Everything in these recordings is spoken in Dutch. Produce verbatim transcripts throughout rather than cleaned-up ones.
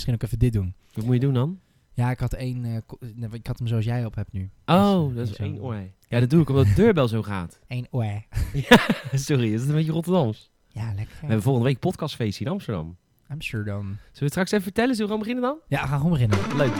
misschien ook even dit doen. Wat moet je doen dan? Ja, ik had één... Uh, ko- nee, ik had hem zoals jij op hebt nu. Oh, Dus, dat is zo. één oei. Ja, dat doe ik omdat de deurbel zo gaat. Eén oei. Ja, sorry, is het een beetje Rotterdams? Ja, lekker. We hebben volgende week podcastfeest in Amsterdam. Amsterdam. Zullen we het straks even vertellen? Zullen we gewoon beginnen dan? Ja, we gaan gewoon beginnen. Leuk.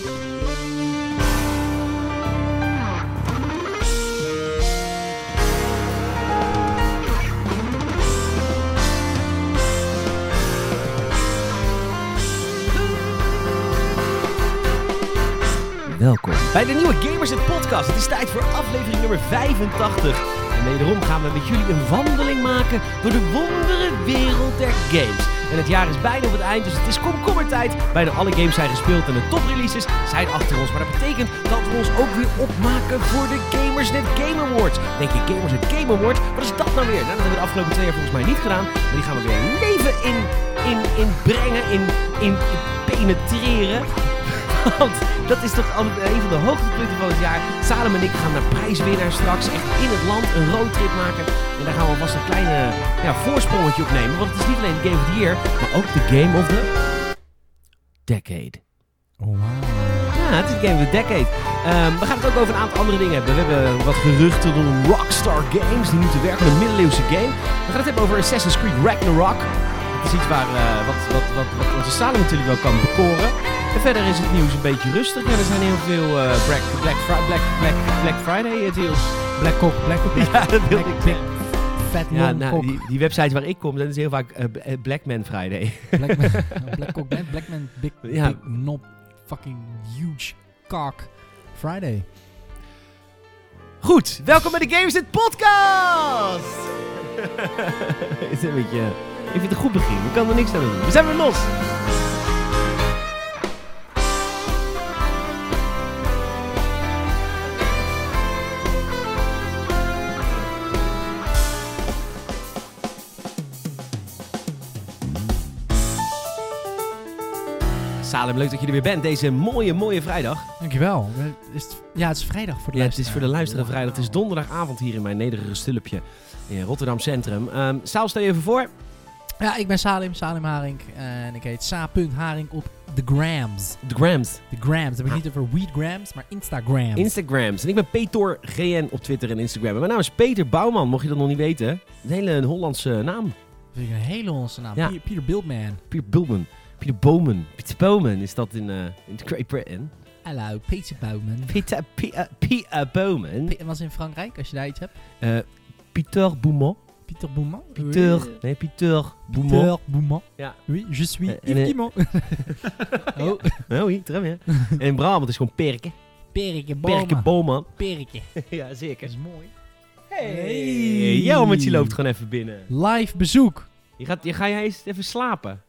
Welkom bij de nieuwe Gamers Net Podcast. Het is tijd voor aflevering nummer vijfentachtig. En wederom gaan we met jullie een wandeling maken door de wondere wereld der games. En het jaar is bijna op het eind, dus het is komkommertijd. Bijna alle games zijn gespeeld en de topreleases zijn achter ons. Maar dat betekent dat we ons ook weer opmaken voor de Gamers Net Game Awards. Denk je Gamers Net Game Awards? Wat is dat nou weer? Nou, dat hebben we de afgelopen twee jaar volgens mij niet gedaan. Maar die gaan we weer leven in, in, in brengen, in, in, in penetreren. Want dat is toch altijd een van de hoogtepunten van het jaar. Salem en ik gaan naar prijswinnaars straks echt in het land een roadtrip maken. En daar gaan we alvast een kleine ja, voorsprongetje op nemen. Want het is niet alleen de Game of the Year, maar ook de Game of the Decade. Oh, wow. Ja, het is de Game of the Decade. Um, we gaan het ook over een aantal andere dingen hebben. We hebben wat geruchten door Rockstar Games, die nu te werken aan een middeleeuwse game. We gaan het hebben over Assassin's Creed Ragnarok. Het is iets waar, uh, wat, wat, wat, wat onze Salem natuurlijk wel kan bekoren. En verder is het nieuws een beetje rustig. Ja, er zijn heel veel uh, Black, Black, Fri- Black, Black, Black Friday uh, deals. Black Cock, Black Cock. Ja, dat wil ik Black, zeggen. Fat Ja, long nou, cock. die, die website waar ik kom, dat is heel vaak uh, Black Man Friday. Black man, Black Cock, Black, Black man, big, Ja. big knob, fucking huge cock Friday. Goed, welkom bij de Gamers Net Podcast! Het is een beetje... Ik vind het een goed begin, we kan er niks aan doen. We zijn weer los! Salem, leuk dat je er weer bent deze mooie, mooie vrijdag. Dankjewel. Eh, Is het, ja, het is vrijdag voor de Ja, het is luisteraar. voor de luisteraar Wow. vrijdag. Het is donderdagavond hier in mijn nederige stulpje in Rotterdam Centrum. Um, Saal, stel je even voor. Ja, ik ben Salim, Salim Haring. En ik heet sa.haring op de grams. De Grams. De grams. Dat heb ik niet over weedgrams, maar Instagrams. Instagrams. En ik ben Peter G N op Twitter en Instagram. En mijn naam is Peter Bouwman, mocht je dat nog niet weten. Een hele Hollandse naam. Dat vind ik een hele Hollandse naam. Ja. Peter, Peter Bildman. Peter Bulman. Peter Bowman. Peter Bowman is dat in, uh, in Great Britain. Hallo, Peter Bowman. Peter, Peter, Peter Bowman. Pe- was in Frankrijk, als je daar iets hebt. Uh, Peter Bouman. Peter Bouman. Peter. Nee, Peter Bouman. Peter Bouman. Ja. Oui, je suis Eh, Yves en, eh, Guillemot. Oh, Oh, oui, très bien. En in Brabant is gewoon Perke. Perke Perke Bouman. Bowman. Perke. Ja, zeker. Dat is mooi. Hey, Jelmertje loopt gewoon even binnen. Live bezoek. Je gaat, je, ga jij eens even slapen?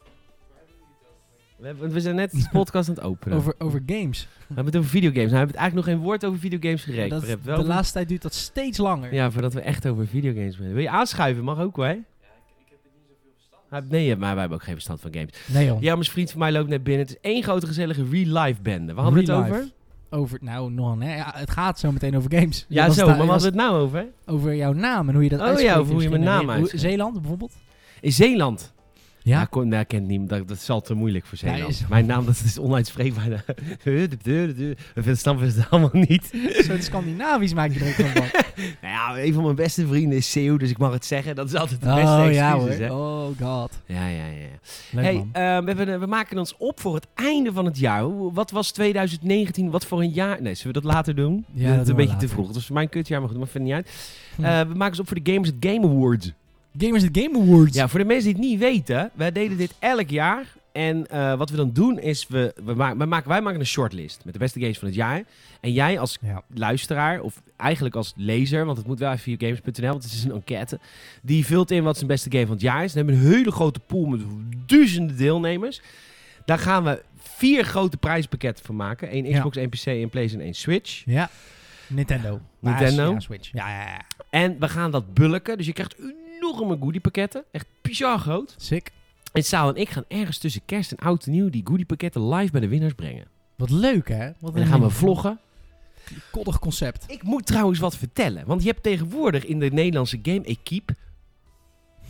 We, hebben, we zijn net de podcast aan het openen. Over, over games. We hebben het over videogames. Nou, we hebben het eigenlijk nog geen woord over videogames gerekend. Dat, We hebben de wel over- laatste tijd duurt dat steeds langer. Ja, voordat we echt over videogames beginnen. Wil je aanschuiven? Mag ook hoor. Ja, ik, ik heb er niet zoveel verstand. Nee, maar wij hebben ook geen verstand van games. Nee joh. Jelmers vriend van mij loopt net binnen. Het is één grote gezellige real-life bende. Waar hadden we het Real over? life. Over, nou, nog een, hè? Ja, het gaat zo meteen over games. Ja, Je was zo. daar- Maar je waar was hadden we het nou over? over jouw naam en hoe je dat Oh uitspreekt. ja, over hoe je mijn Misschien naam hoe- uitspreekt. Zeeland bijvoorbeeld? In Zeeland. Ja, Ja. kon, nou, kent niemand. Dat, dat is al te moeilijk voor Ja, Zeeland. is- Mijn naam dat is onuitspreekbaar. We snappen het allemaal niet. Zo Scandinavisch maak je er ook van. van. Nou ja, een van mijn beste vrienden is Zeeuw, dus ik mag het zeggen. Dat is altijd de beste Oh excuses, ja hoor. hè? Oh god. Ja, ja, ja. Leuk Hey, man. eh, we, hebben, we maken ons op voor het einde van het jaar. Hoe- Wat was twintig negentien? Wat voor een jaar? Nee, zullen we dat later doen? Ja, dat dat is doen een we beetje te later. vroeg. Dat was voor mij een kutjaar, maar goed, dat maakt verder niet uit. Hm. Eh, we maken ons op voor de Gamers Net Game Awards. Gamers Net Game Awards. Ja, voor de mensen die het niet weten, wij deden dit elk jaar. En eh, wat we dan doen is, we, we ma- wij, maken, wij maken een shortlist met de beste games van het jaar. En jij als Ja. luisteraar, of eigenlijk als lezer, want het moet wel via games punt n l, want het is een enquête, die vult in wat zijn beste game van het jaar is. Dan hebben we een hele grote pool met duizenden deelnemers. Daar gaan we vier grote prijspakketten van maken. Eén Ja. Xbox, één P C, één PlayStation en één Switch. Ja. Nintendo. Nintendo. Ah, ja, Switch. Ja, ja, ja. En we gaan dat bulken. Dus je krijgt enorme goodiepakketten. Echt bizar groot. Sick. En Saal en ik gaan ergens tussen kerst en oud en nieuw die goodiepakketten live bij de winnaars brengen. Wat leuk hè? Wat En dan gaan we vloggen. Koddig concept. Ik moet trouwens wat vertellen. Want je hebt tegenwoordig in de Nederlandse game-equipe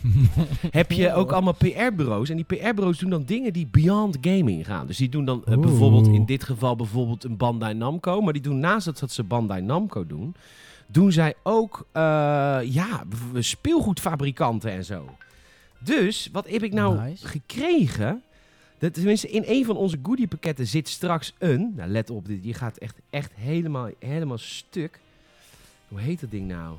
heb je ook allemaal P R-bureaus. En die P R-bureaus doen dan dingen die beyond gaming gaan. Dus die doen dan uh, bijvoorbeeld, in dit geval bijvoorbeeld een Bandai Namco. Maar die doen naast dat, dat ze Bandai Namco doen, doen zij ook uh, ja, speelgoedfabrikanten en zo. Dus, wat heb ik nou Nice. gekregen? Dat, tenminste, in een van onze goodiepakketten zit straks een... Nou, let op, dit, je gaat echt, echt helemaal, helemaal stuk. Hoe heet dat ding nou?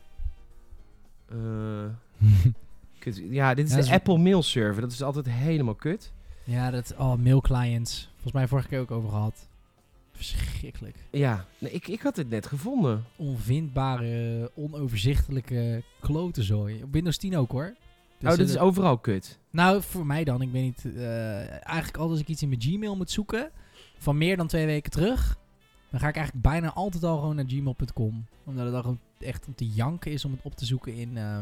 Uh, kut, ja, dit is Ja, de dat is- Apple Mail Server. Dat is altijd helemaal kut. Ja, dat... Oh, mail clients. Volgens mij vorige keer ook over gehad. Verschrikkelijk. Ja, nee, ik, ik had het net gevonden. Onvindbare, onoverzichtelijke klotenzooi. Op Windows tien ook hoor. Dus oh, dat eh, is overal kut. Nou, voor mij dan. Ik weet niet. eh, eigenlijk altijd als ik iets in mijn Gmail moet zoeken, van meer dan twee weken terug, dan ga ik eigenlijk bijna altijd al gewoon naar gmail punt com. Omdat het dan gewoon echt om te janken is om het op te zoeken in ehm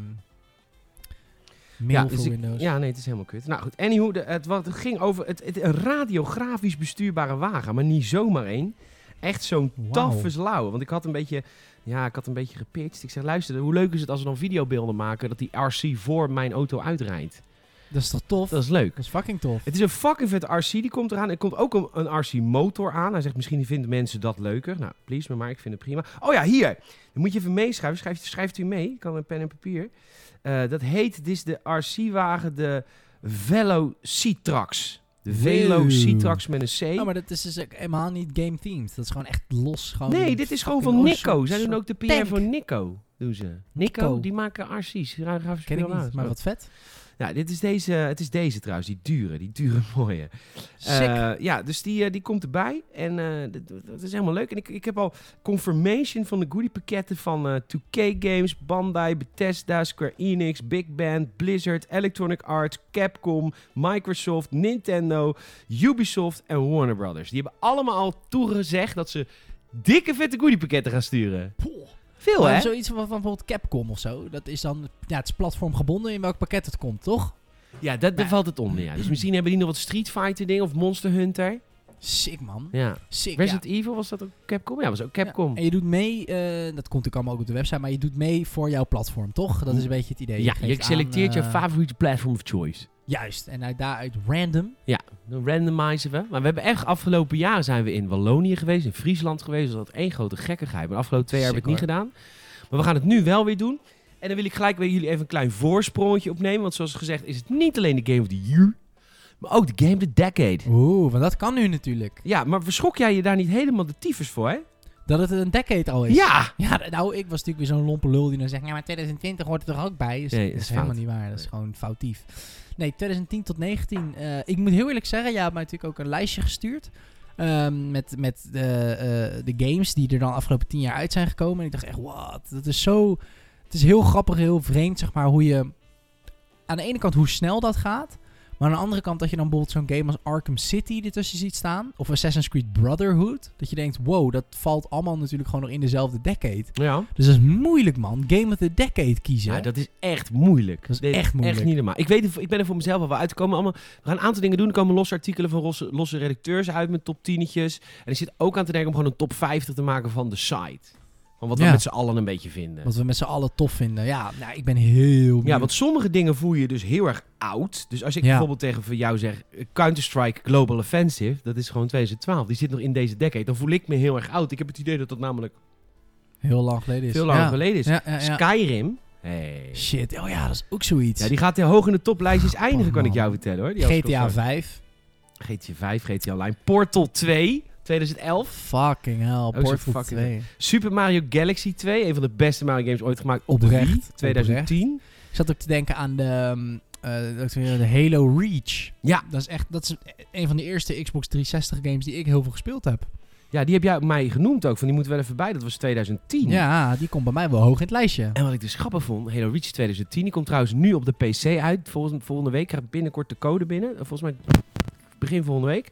mail Ja, voor dus ik- Windows. ja, nee, het is helemaal kut. Nou goed, anywho, de, het, wat, het ging over het, het, een radiografisch bestuurbare wagen, maar niet zomaar één. Echt zo'n Wauw. taffe slauw. Want ik had een beetje, ja, ik had een beetje gepitcht. Ik zeg, luister, hoe leuk is het als we dan videobeelden maken dat die R C voor mijn auto uitrijdt. Dat is toch tof? Dat is leuk. Dat is fucking tof. Het is een fucking vet R C, die komt eraan. Er komt ook een, een R C motor aan. Hij zegt, misschien vinden mensen dat leuker. Nou, please me maar, ik vind het prima. Oh ja, hier. Dan moet je even meeschrijven. Schrijft, schrijft u mee. Ik kan een pen en papier. Uh, dat heet, dit is de R C-wagen, de Velo C-Trax. De Velo Wow. C-Trax met een C. Oh, maar dat is dus ook helemaal niet game themed. Dat is gewoon echt los. Gewoon nee, een dit is gewoon fucking van los Nico. soort- Zij doen soort ook de P R tank. voor Nico. Doen ze. Nico, Nico. die maken R C's. Grafisch Ken ik niet, maar wat vet. Ja, dit is deze, het is deze trouwens, die dure, die dure mooie. Sick. Uh, ja, dus die, uh, die komt erbij en uh, dat, dat is helemaal leuk. En ik, ik heb al confirmation van de goodiepakketten van uh, two K Games, Bandai, Bethesda, Square Enix, Big Band, Blizzard, Electronic Arts, Capcom, Microsoft, Nintendo, Ubisoft en Warner Brothers. Die hebben allemaal al toegezegd dat ze dikke vette goodiepakketten gaan sturen. Poh. Veel, Maar hè? zoiets van, van bijvoorbeeld Capcom of zo. Dat is dan, ja, het is platformgebonden in welk pakket het komt, toch? Ja, dat, daar Maar- valt het onder, ja. Dus misschien hebben die nog wat Street Fighter dingen of Monster Hunter. Sick, man. Ja. Sick, Resident ja. Evil, was dat ook Capcom? Ja, was ook Capcom. Ja, en je doet mee, eh, dat komt natuurlijk allemaal ook op de website, maar je doet mee voor jouw platform, toch? Dat is een beetje het idee. Ja, geeft je selecteert aan, je eh, favoriete platform of choice. Juist, en uit daaruit random. Dan randomizen we. Maar we hebben echt afgelopen jaren zijn we in Wallonië geweest, in Friesland geweest. Dat was één grote gekkigheid. Maar de afgelopen twee jaar hebben we het Sick, niet gedaan. Maar we gaan het nu wel weer doen. En dan wil ik gelijk bij jullie even een klein voorsprongetje opnemen. Want zoals gezegd is het niet alleen de Game of the Year, maar ook de Game of the Decade. Oeh, want dat kan nu natuurlijk. Ja, maar verschok jij je daar niet helemaal de tyfus voor, hè? Dat het een decade al is. Ja! Ja, nou, ik was natuurlijk weer zo'n lompe lul die dan zegt, ja, maar twintig twintig hoort er toch ook bij? Dus Nee, dat dat is is helemaal fout. niet waar. Dat is Nee. gewoon foutief. Nee, twintig tien tot negentien. eh, ik moet heel eerlijk zeggen, jij hebt mij natuurlijk ook een lijstje gestuurd. ehm, met met de, eh, de games die er dan afgelopen tien jaar uit zijn gekomen. En ik dacht echt, wat? Dat is zo... Het is heel grappig, heel vreemd, zeg maar, hoe je... Aan de ene kant hoe snel dat gaat. Maar aan de andere kant dat je dan bijvoorbeeld zo'n game als Arkham City ertussen ziet staan. Of Assassin's Creed Brotherhood. Dat je denkt, wow, dat valt allemaal natuurlijk gewoon nog in dezelfde decade. Ja. Dus dat is moeilijk, man. Game of the Decade kiezen. Ja, dat is echt moeilijk. Dat is Dit echt moeilijk. Echt niet normaal. Ik, weet, het- ik ben er voor mezelf al wel uitgekomen. Allemaal, we gaan een aantal dingen doen. Er komen losse artikelen van losse, losse redacteurs uit met top tienetjes. En ik zit ook aan te denken om gewoon een top vijftig te maken van de site. Van wat we Ja. met z'n allen een beetje vinden. Wat we met z'n allen tof vinden. Ja, nou, ik ben heel benieuwd. Ja, want sommige dingen voel je dus heel erg oud. Dus als ik Ja. bijvoorbeeld tegen voor jou zeg... eh, Counter-Strike Global Offensive, dat is gewoon twintig twaalf. Die zit nog in deze decade. Dan voel ik me heel erg oud. Ik heb het idee dat dat namelijk heel lang geleden is. veel langer ja. geleden is. Ja, ja, ja. Skyrim. Hey. Shit, oh ja, dat is ook zoiets. Ja, die gaat heel hoog in de toplijstjes eindigen, kan ik man. jou vertellen hoor. Die G T A afspeelstad. vijf. G T A vijf, G T A Online. Portal twee, twintig elf. Fucking hell. zo Portal fucking twee. Super Mario Galaxy twee, een van de beste Mario games ooit gemaakt. Op Oprecht, Wii, twintig tien. Ik zat ook te denken aan de, um, uh, dat weer de Halo Reach. Ja. Dat is echt dat is een van de eerste Xbox driehonderdzestig games die ik heel veel gespeeld heb. Ja, die heb jij mij genoemd ook. Van die moeten wel even bij. Dat was twintig tien. Ja, die komt bij mij wel hoog in het lijstje. En wat ik dus grappig vond, Halo Reach twintig tien, die komt trouwens nu op de P C uit. Volgende, volgende week krijg ik binnenkort de code binnen. Volgens mij begin volgende week.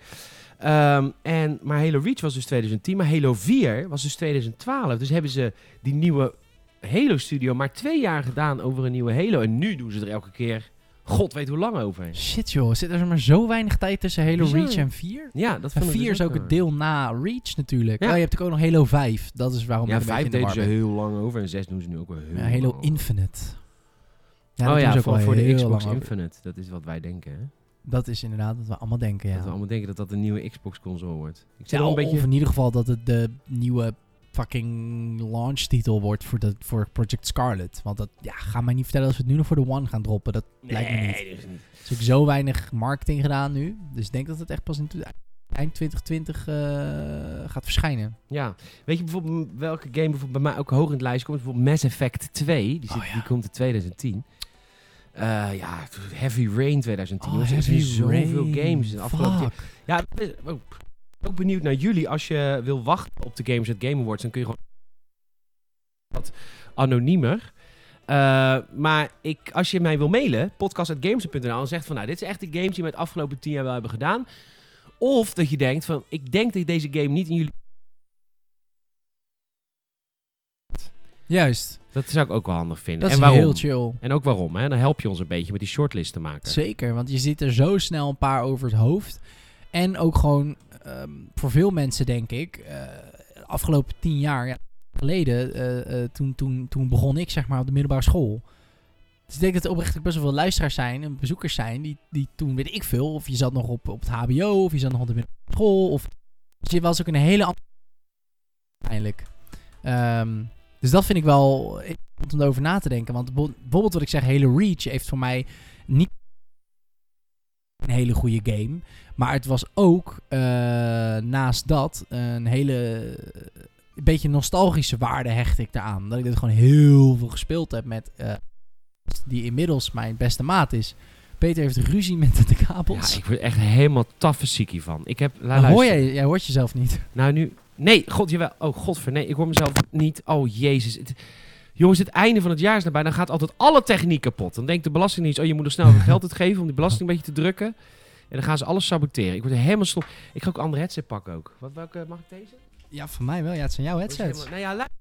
Um, en, maar Halo Reach was dus twintig tien, maar Halo vier was dus twintig twaalf. Dus hebben ze die nieuwe Halo Studio maar twee jaar gedaan over een nieuwe Halo. En nu doen ze er elke keer, god weet hoe lang over. Shit joh, zit er maar zo weinig tijd tussen Halo Bizar. Reach en vier? Ja, dat En vond ik vier dus is ook wel. het deel na Reach natuurlijk. Ja. Oh, je hebt ook nog Halo vijf. Dat is waarom Ja, ik een vijf beetje in de deden ze war ben. heel lang over en zes doen ze nu ook wel heel Ja, Halo lang. Infinite. Ja, oh dat ja, is ook voor, wel voor de heel Xbox lang over. Infinite. Dat is wat wij denken, hè? Dat is inderdaad wat we allemaal denken, ja. Dat we allemaal denken dat dat een nieuwe Xbox-console wordt. Ik zit Ja, al een beetje... Of in ieder geval dat het de nieuwe fucking launch-titel wordt voor, de, voor Project Scarlet. Want dat, ja, ga mij niet vertellen als we het nu nog voor de One gaan droppen. Dat lijkt me niet. Nee, dat is niet. Er is ook zo weinig marketing gedaan nu. Dus ik denk dat het echt pas in tw- eind twintig twintig uh, gaat verschijnen. Ja. Weet je bijvoorbeeld welke game bijvoorbeeld bij mij ook hoog in het lijst komt? Bijvoorbeeld Mass Effect twee. Die, zit, Oh, ja. die komt in twintig tien. Uh, ja, Heavy Rain twintig tien. Oh, er zijn Heavy zoveel Rain. games in de afgelopen Fuck. jaar. Ja, ook, ook benieuwd naar jullie. Als je wil wachten op de Games at Game Awards, dan kun je gewoon wat anoniemer. Uh, maar ik, als je mij wil mailen, podcast at games punt n l en zegt van, nou, dit is echt de games die we het afgelopen tien jaar wel hebben gedaan. Of dat je denkt van, ik denk dat deze game niet in jullie... Juist. Dat zou ik ook wel handig vinden. Dat en is waarom? heel chill. En ook waarom, hè? Dan help je ons een beetje met die shortlist te maken. Zeker, want je ziet er zo snel een paar over het hoofd. En ook gewoon, um, voor veel mensen denk ik, uh, de afgelopen tien jaar ja, geleden, uh, uh, toen, toen, toen begon ik zeg maar op de middelbare school. Dus ik denk dat er oprecht best wel veel luisteraars zijn en bezoekers zijn die, die toen, weet ik veel, of je zat nog op, op het H B O, of je zat nog op de middelbare school, of dus je was ook een hele andere uiteindelijk. Um, dus dat vind ik wel interessant om erover na te denken. Want bijvoorbeeld wat ik zeg, Halo Reach heeft voor mij niet een hele goede game. Maar het was ook uh, naast dat een hele een beetje nostalgische waarde hecht ik eraan. Dat ik dit gewoon heel veel gespeeld heb met uh, die inmiddels mijn beste maat is. Peter heeft ruzie met de kabels. Ja, ik word echt helemaal taffe ziekie van. Ik heb... La, hoor jij, jij hoort jezelf niet. Nou nu... Nee, god, jawel. Oh, godver, nee, ik hoor mezelf niet. Oh, jezus. Het, jongens, het einde van het jaar is nabij. Dan gaat altijd alle techniek kapot. Dan denkt de belastingdienst, oh, je moet er snel geld uitgeven om die belasting een beetje te drukken. En dan gaan ze alles saboteren. Ik word er helemaal stom. Ik ga ook een andere headset pakken ook. Wat, welke, mag ik deze? Ja, voor mij wel. Ja, het zijn jouw headsets. Nou ja, la-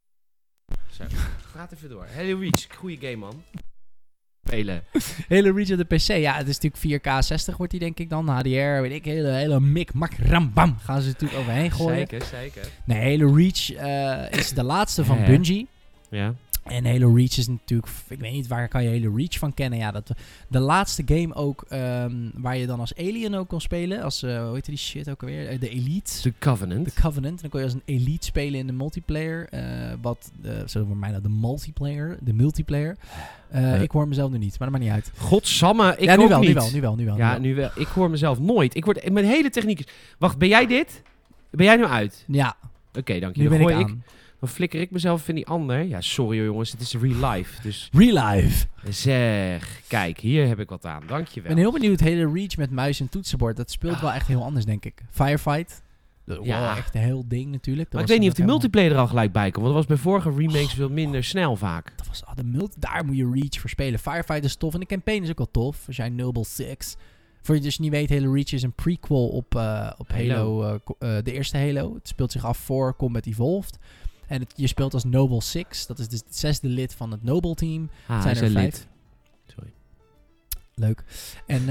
Zo, gaat even door. Halo Reach, goede game, man. Spelen. Hele Reach op de P C. Ja, het is natuurlijk vier K zestig wordt die denk ik dan. H D R, weet ik. Hele, hele mik, mak, ram, bam. Gaan ze natuurlijk overheen gooien. Zeker, zeker. Nee, Halo Reach uh, is de laatste van Ja. Bungie. Ja. En Halo Reach is natuurlijk... Ik weet niet, waar kan je Halo Reach van kennen? Ja, dat, de laatste game ook um, waar je dan als alien ook kon spelen. Als, uh, hoe heet die shit ook alweer? Uh, de Elite. The Covenant. De Covenant. Dan kon je als een elite spelen in de multiplayer. Uh, wat, uh, zo voor mij nou, de multiplayer. De multiplayer. Uh, uh, ik hoor mezelf nu niet, maar dat maakt niet uit. Godsamme, ik ja, nu ook wel, niet. nu wel, nu wel, nu wel. Ja, nu wel. nu wel. Ik hoor mezelf nooit. Ik word... Mijn hele techniek is... Wacht, ben jij dit? Ben jij nu uit? Ja. Oké, okay, dank je. Nu Dan ben gooi ik ik... aan. Dan flikker ik mezelf in die ander. Ja, sorry hoor, jongens, het is real life. Dus Real life. zeg, kijk, hier heb ik wat aan. Dankjewel. Ik ben heel benieuwd, Halo Reach met muis en toetsenbord. Dat speelt ah. wel echt heel anders, denk ik. Firefight. Dat is ja. wel echt een heel ding natuurlijk. Dat maar ik weet niet of die helemaal... multiplayer er al gelijk bij komt. Want dat was bij vorige remakes oh. veel minder snel vaak. Dat was, oh, de multi- daar moet je Reach voor spelen. Firefight is tof en de campaign is ook wel tof. Als jij Noble Six... Voor je dus niet weet, Halo Reach is een prequel op, uh, op Halo, Halo uh, uh, de eerste Halo. Het speelt zich af voor Combat Evolved. En het, je speelt als Noble Six. Dat is dus het zesde lid van het Noble team. Ah, zijn er vijf. lid. Sorry. Leuk. En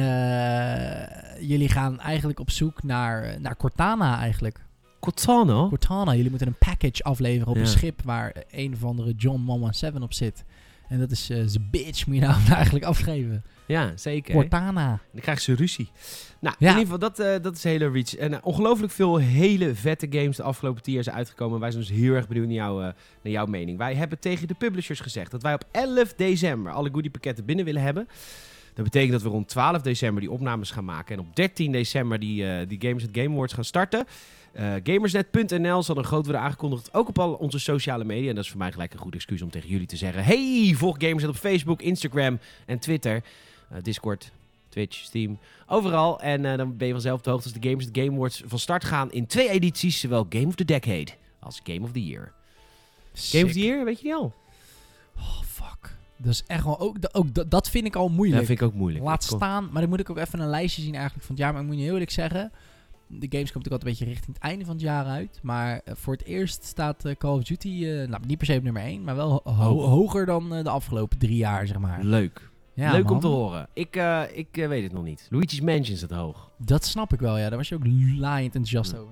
uh, jullie gaan eigenlijk op zoek naar, naar Cortana eigenlijk. Cortana? Cortana. Jullie moeten een package afleveren op ja. een schip waar een of andere John honderdzeventien op zit. En dat is uh, zijn bitch, moet je nou eigenlijk afgeven. Ja, zeker. Cortana. Dan krijgen ze ruzie. Nou, ja. in ieder geval, dat, uh, dat is Halo Reach. En uh, ongelooflijk veel hele vette games de afgelopen tien jaar zijn uitgekomen. Wij zijn dus heel erg benieuwd naar, jou, uh, naar jouw mening. Wij hebben tegen de publishers gezegd dat wij op elf december alle goodiepakketten binnen willen hebben. Dat betekent dat we rond twaalf december die opnames gaan maken. En op dertien december die, uh, die Games at Game Awards gaan starten. Uh, gamersnet punt n l zal er groot worden aangekondigd. Ook op al onze sociale media. En dat is voor mij gelijk een goed excuus om tegen jullie te zeggen: hey, volg Gamersnet op Facebook, Instagram en Twitter. Uh, Discord, Twitch, Steam, overal. En uh, dan ben je vanzelf op de hoogte als de Games at Game Awards van start gaan in twee edities. Zowel Game of the Decade als Game of the Year. Sick. Game of the Year, weet je die al? Oh, fuck. Dat is echt wel... Ook, ook, dat vind ik al moeilijk. Dat vind ik ook moeilijk. Laat staan. Maar dan moet ik ook even een lijstje zien eigenlijk van het jaar. Maar ik moet je heel eerlijk zeggen... De games komt ook altijd een beetje richting het einde van het jaar uit. Maar uh, voor het eerst staat uh, Call of Duty... Uh, nou, niet per se op nummer één. Maar wel ho- ho- hoger dan uh, de afgelopen drie jaar, zeg maar. Leuk. Ja, Leuk man. om te horen. Ik, uh, ik uh, weet het nog niet. Luigi's Mansion staat hoog. Dat snap ik wel, ja. Daar was je ook laaiend enthousiast ja. over.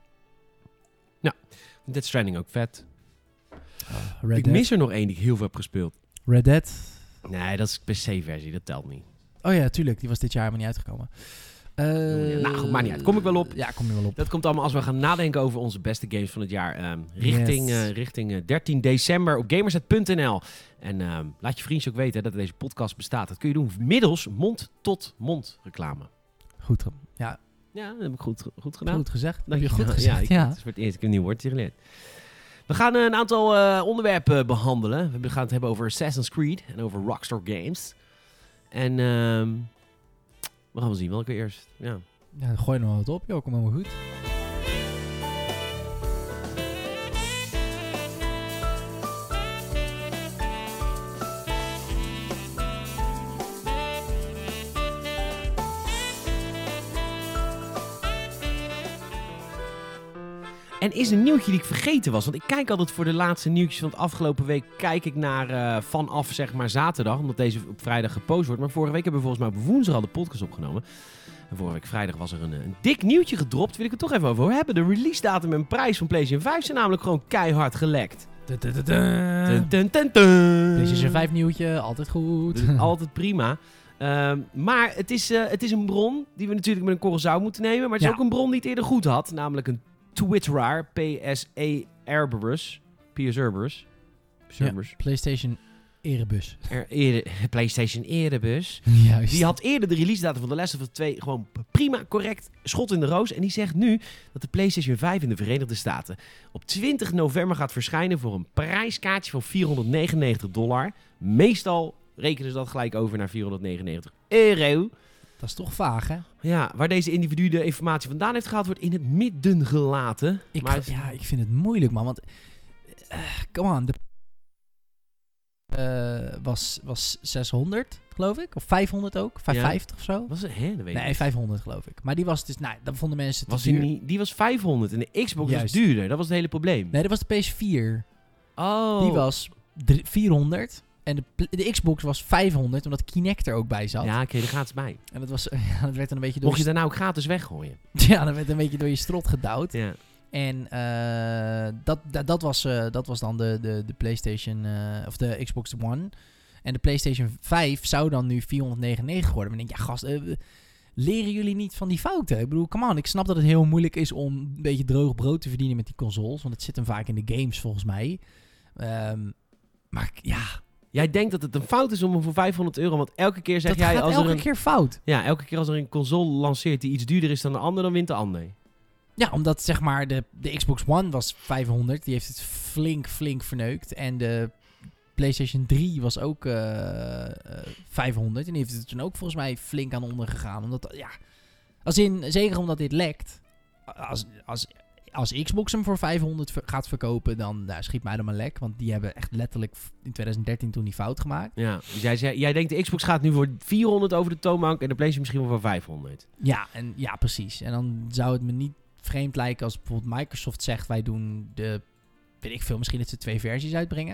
Ja. Death Stranding ook vet. Uh, Red ik Dead. mis er nog één die ik heel veel heb gespeeld. Red Dead. Nee, dat is de P C-versie. Dat telt niet. Oh ja, tuurlijk. Die was dit jaar helemaal niet uitgekomen. Uh, ja, nou goed, maakt niet uit. Kom ik wel op. Ja, kom je wel op. Dat komt allemaal als we gaan nadenken over onze beste games van het jaar. Um, richting Yes. uh, richting uh, dertien december op gamerset punt n l. En um, laat je vriendjes ook weten hè, dat deze podcast bestaat. Dat kun je doen middels mond-tot-mond reclame. Goed. Ja, Ja, dat heb ik goed, goed gedaan. goed gezegd. Dat Dank heb je je goed wel. gezegd, Ja, ik, ja. het is voor het eerst dat ik een nieuw woordje geleerd. We gaan uh, een aantal uh, onderwerpen behandelen. We gaan het hebben over Assassin's Creed en over Rockstar Games. En um, we gaan wel zien welke eerst. Ja. Ja, dan gooi je nog wat op, joh. Kom helemaal goed. En is een nieuwtje die ik vergeten was. Want ik kijk altijd voor de laatste nieuwtjes van het afgelopen week. Kijk ik naar uh, vanaf zeg maar zaterdag. Omdat deze op vrijdag gepost wordt. Maar vorige week hebben we volgens mij op woensdag al de podcast opgenomen. En vorige week vrijdag was er een, een dik nieuwtje gedropt. Wil ik het toch even over hebben. De release datum en prijs van PlayStation vijf zijn namelijk gewoon keihard gelekt. Dun, dun, dun, dun, dun. PlayStation vijf nieuwtje, altijd goed. Dus altijd prima. Um, maar het is, uh, het is een bron die we natuurlijk met een korrel zout moeten nemen. Maar het is Ja. ook een bron die het eerder goed had. Namelijk een Twitteraar, P S E Cerberus. P S Cerberus. Cerberus. Ja, PlayStation Erebus. Er, eerder, PlayStation Erebus. Juist. Die had eerder de release datum van The Last of Us twee gewoon prima, correct, schot in de roos. En die zegt nu dat de PlayStation vijf in de Verenigde Staten op twintig november gaat verschijnen voor een prijskaartje van vierhonderdnegenennegentig dollar. Meestal rekenen ze dat gelijk over naar vierhonderdnegenennegentig euro. Dat is toch vaag, hè? Ja, waar deze individu de informatie vandaan heeft gehaald, wordt in het midden gelaten. Ik, maar ja, ik vind het moeilijk, man. Want, uh, come on. De uh, was, was zeshonderd, geloof ik. Of vijfhonderd ook. vijfhonderdvijftig of zo. Was het, hè? Dat weet Nee, ik. vijfhonderd geloof ik. Maar die was dus, nou, dan vonden mensen te Was die, duur. niet, die was vijfhonderd en de Xbox Juist. was duurder. Dat was het hele probleem. Nee, dat was de P S vier. Oh. Die was drie- vierhonderd. En de, pl- de Xbox was vijfhonderd, omdat Kinect er ook bij zat. Ja, oké, daar gaat het bij. En dat, was, ja, dat werd dan een beetje door Mocht je je, daar nou ook gratis weggooien. ja, dat werd een beetje door je strot gedouwd. Ja. En uh, dat, dat, dat, was, uh, dat was dan de, de, de PlayStation, uh, of de Xbox One. En de PlayStation vijf zou dan nu vierhonderdnegenennegentig worden. Maar ik denk, ja gast, uh, leren jullie niet van die fouten? Ik bedoel, come on, ik snap dat het heel moeilijk is om een beetje droog brood te verdienen met die consoles. Want het zit hem vaak in de games, volgens mij. Um, maar ja... Jij denkt dat het een fout is om hem voor vijfhonderd euro... Want elke keer zeg dat jij... gaat als elke er een, keer fout. Ja, elke keer als er een console lanceert die iets duurder is dan de ander... dan wint de ander. Ja, omdat zeg maar de, de Xbox One was vijfhonderd. Die heeft het flink, flink verneukt. En de PlayStation drie was ook uh, uh, vijfhonderd. En die heeft het toen ook volgens mij flink aan onder gegaan. Omdat, ja... Als in, zeker omdat dit lekt. Als... als Als Xbox hem voor vijfhonderd ver- gaat verkopen, dan nou, schiet mij dan maar lek. Want die hebben echt letterlijk in twintig dertien toen die fout gemaakt. Ja, dus jij, zei, jij denkt de Xbox gaat nu voor vierhonderd over de toonbank... en de PlayStation misschien wel voor vijfhonderd. Ja, en, ja, precies. En dan zou het me niet vreemd lijken als bijvoorbeeld Microsoft zegt... wij doen de, weet ik veel, misschien dat ze twee versies uitbrengen.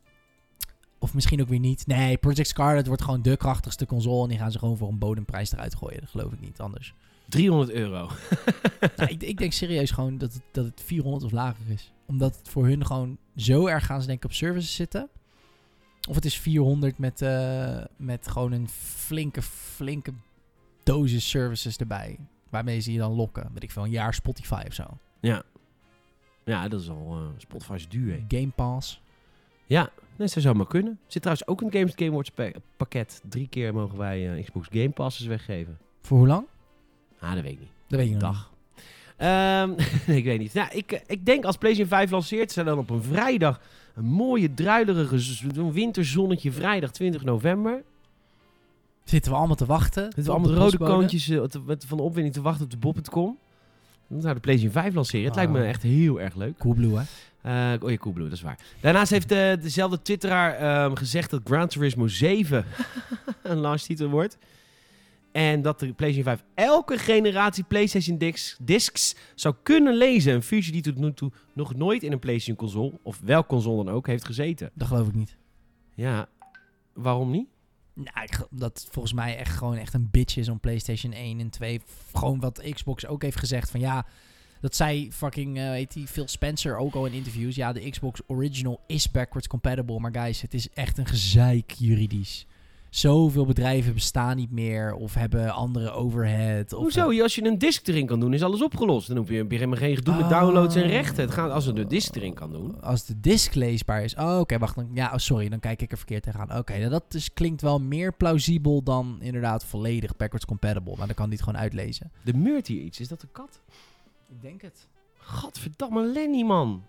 Of misschien ook weer niet. Nee, Project Scarlet wordt gewoon de krachtigste console... en die gaan ze gewoon voor een bodemprijs eruit gooien. Dat geloof ik niet anders. driehonderd euro. Nou, ik, ik denk serieus gewoon dat het, dat het vierhonderd of lager is. Omdat het voor hun gewoon zo erg gaan ze denk ik op services zitten. Of het is vierhonderd met, uh, met gewoon een flinke, flinke dosis services erbij. Waarmee ze je dan lokken. Weet ik veel, een jaar Spotify of zo. Ja. Ja, dat is al... Uh, Spotify is duur, hè. Game Pass. Ja, dat zou maar kunnen. Er zit trouwens ook een Games Game Awards pa- pakket. Drie keer mogen wij uh, Xbox Game Passes weggeven. Voor hoe lang? Ah, dat weet ik niet. Dat weet je nog Dag. Um, nee, ik weet niet. Nou, ik, ik denk als PlayStation vijf lanceert, ze dan op een vrijdag een mooie, druilerige z- winterzonnetje, vrijdag twintig november. Zitten we allemaal te wachten. Zitten we allemaal de rode koontjes uh, te, met, van de opwinding te wachten op de bob punt com. Dan zou de PlayStation vijf lanceren. Het Wow. lijkt me echt heel erg leuk. Coolblue, hè? Uh, oh ja, Coolblue, dat is waar. Daarnaast heeft uh, dezelfde twitteraar um, gezegd dat Gran Turismo zeven een launchtitel wordt. En dat de PlayStation vijf elke generatie PlayStation discs, discs zou kunnen lezen. Een feature die tot nu toe nog nooit in een PlayStation console, of welk console dan ook, heeft gezeten. Dat geloof ik niet. Ja, waarom niet? Nou, ik, dat volgens mij echt gewoon echt een bitch is om PlayStation één en twee. Gewoon wat Xbox ook heeft gezegd van ja... Dat zei fucking, uh, weet die, Phil Spencer ook al in interviews. Ja, de Xbox Original is backwards compatible. Maar guys, het is echt een gezeik juridisch. zoveel bedrijven bestaan niet meer of hebben andere overhead. Of Hoezo? Als je een disc erin kan doen, is alles opgelost. Dan hoef je, heb je helemaal geen gedoe met downloads en rechten. Het gaat als je de disc erin kan doen. Als de disc leesbaar is. Oh, oké, okay, wacht. Dan, ja, oh, sorry, dan kijk ik er verkeerd tegenaan. Oké, okay, dat dus klinkt wel meer plausibel dan inderdaad volledig backwards compatible. Maar dan kan die het gewoon uitlezen. De meurt hier iets. Is dat een kat? Ik denk het. Gadverdamme Lenny, man.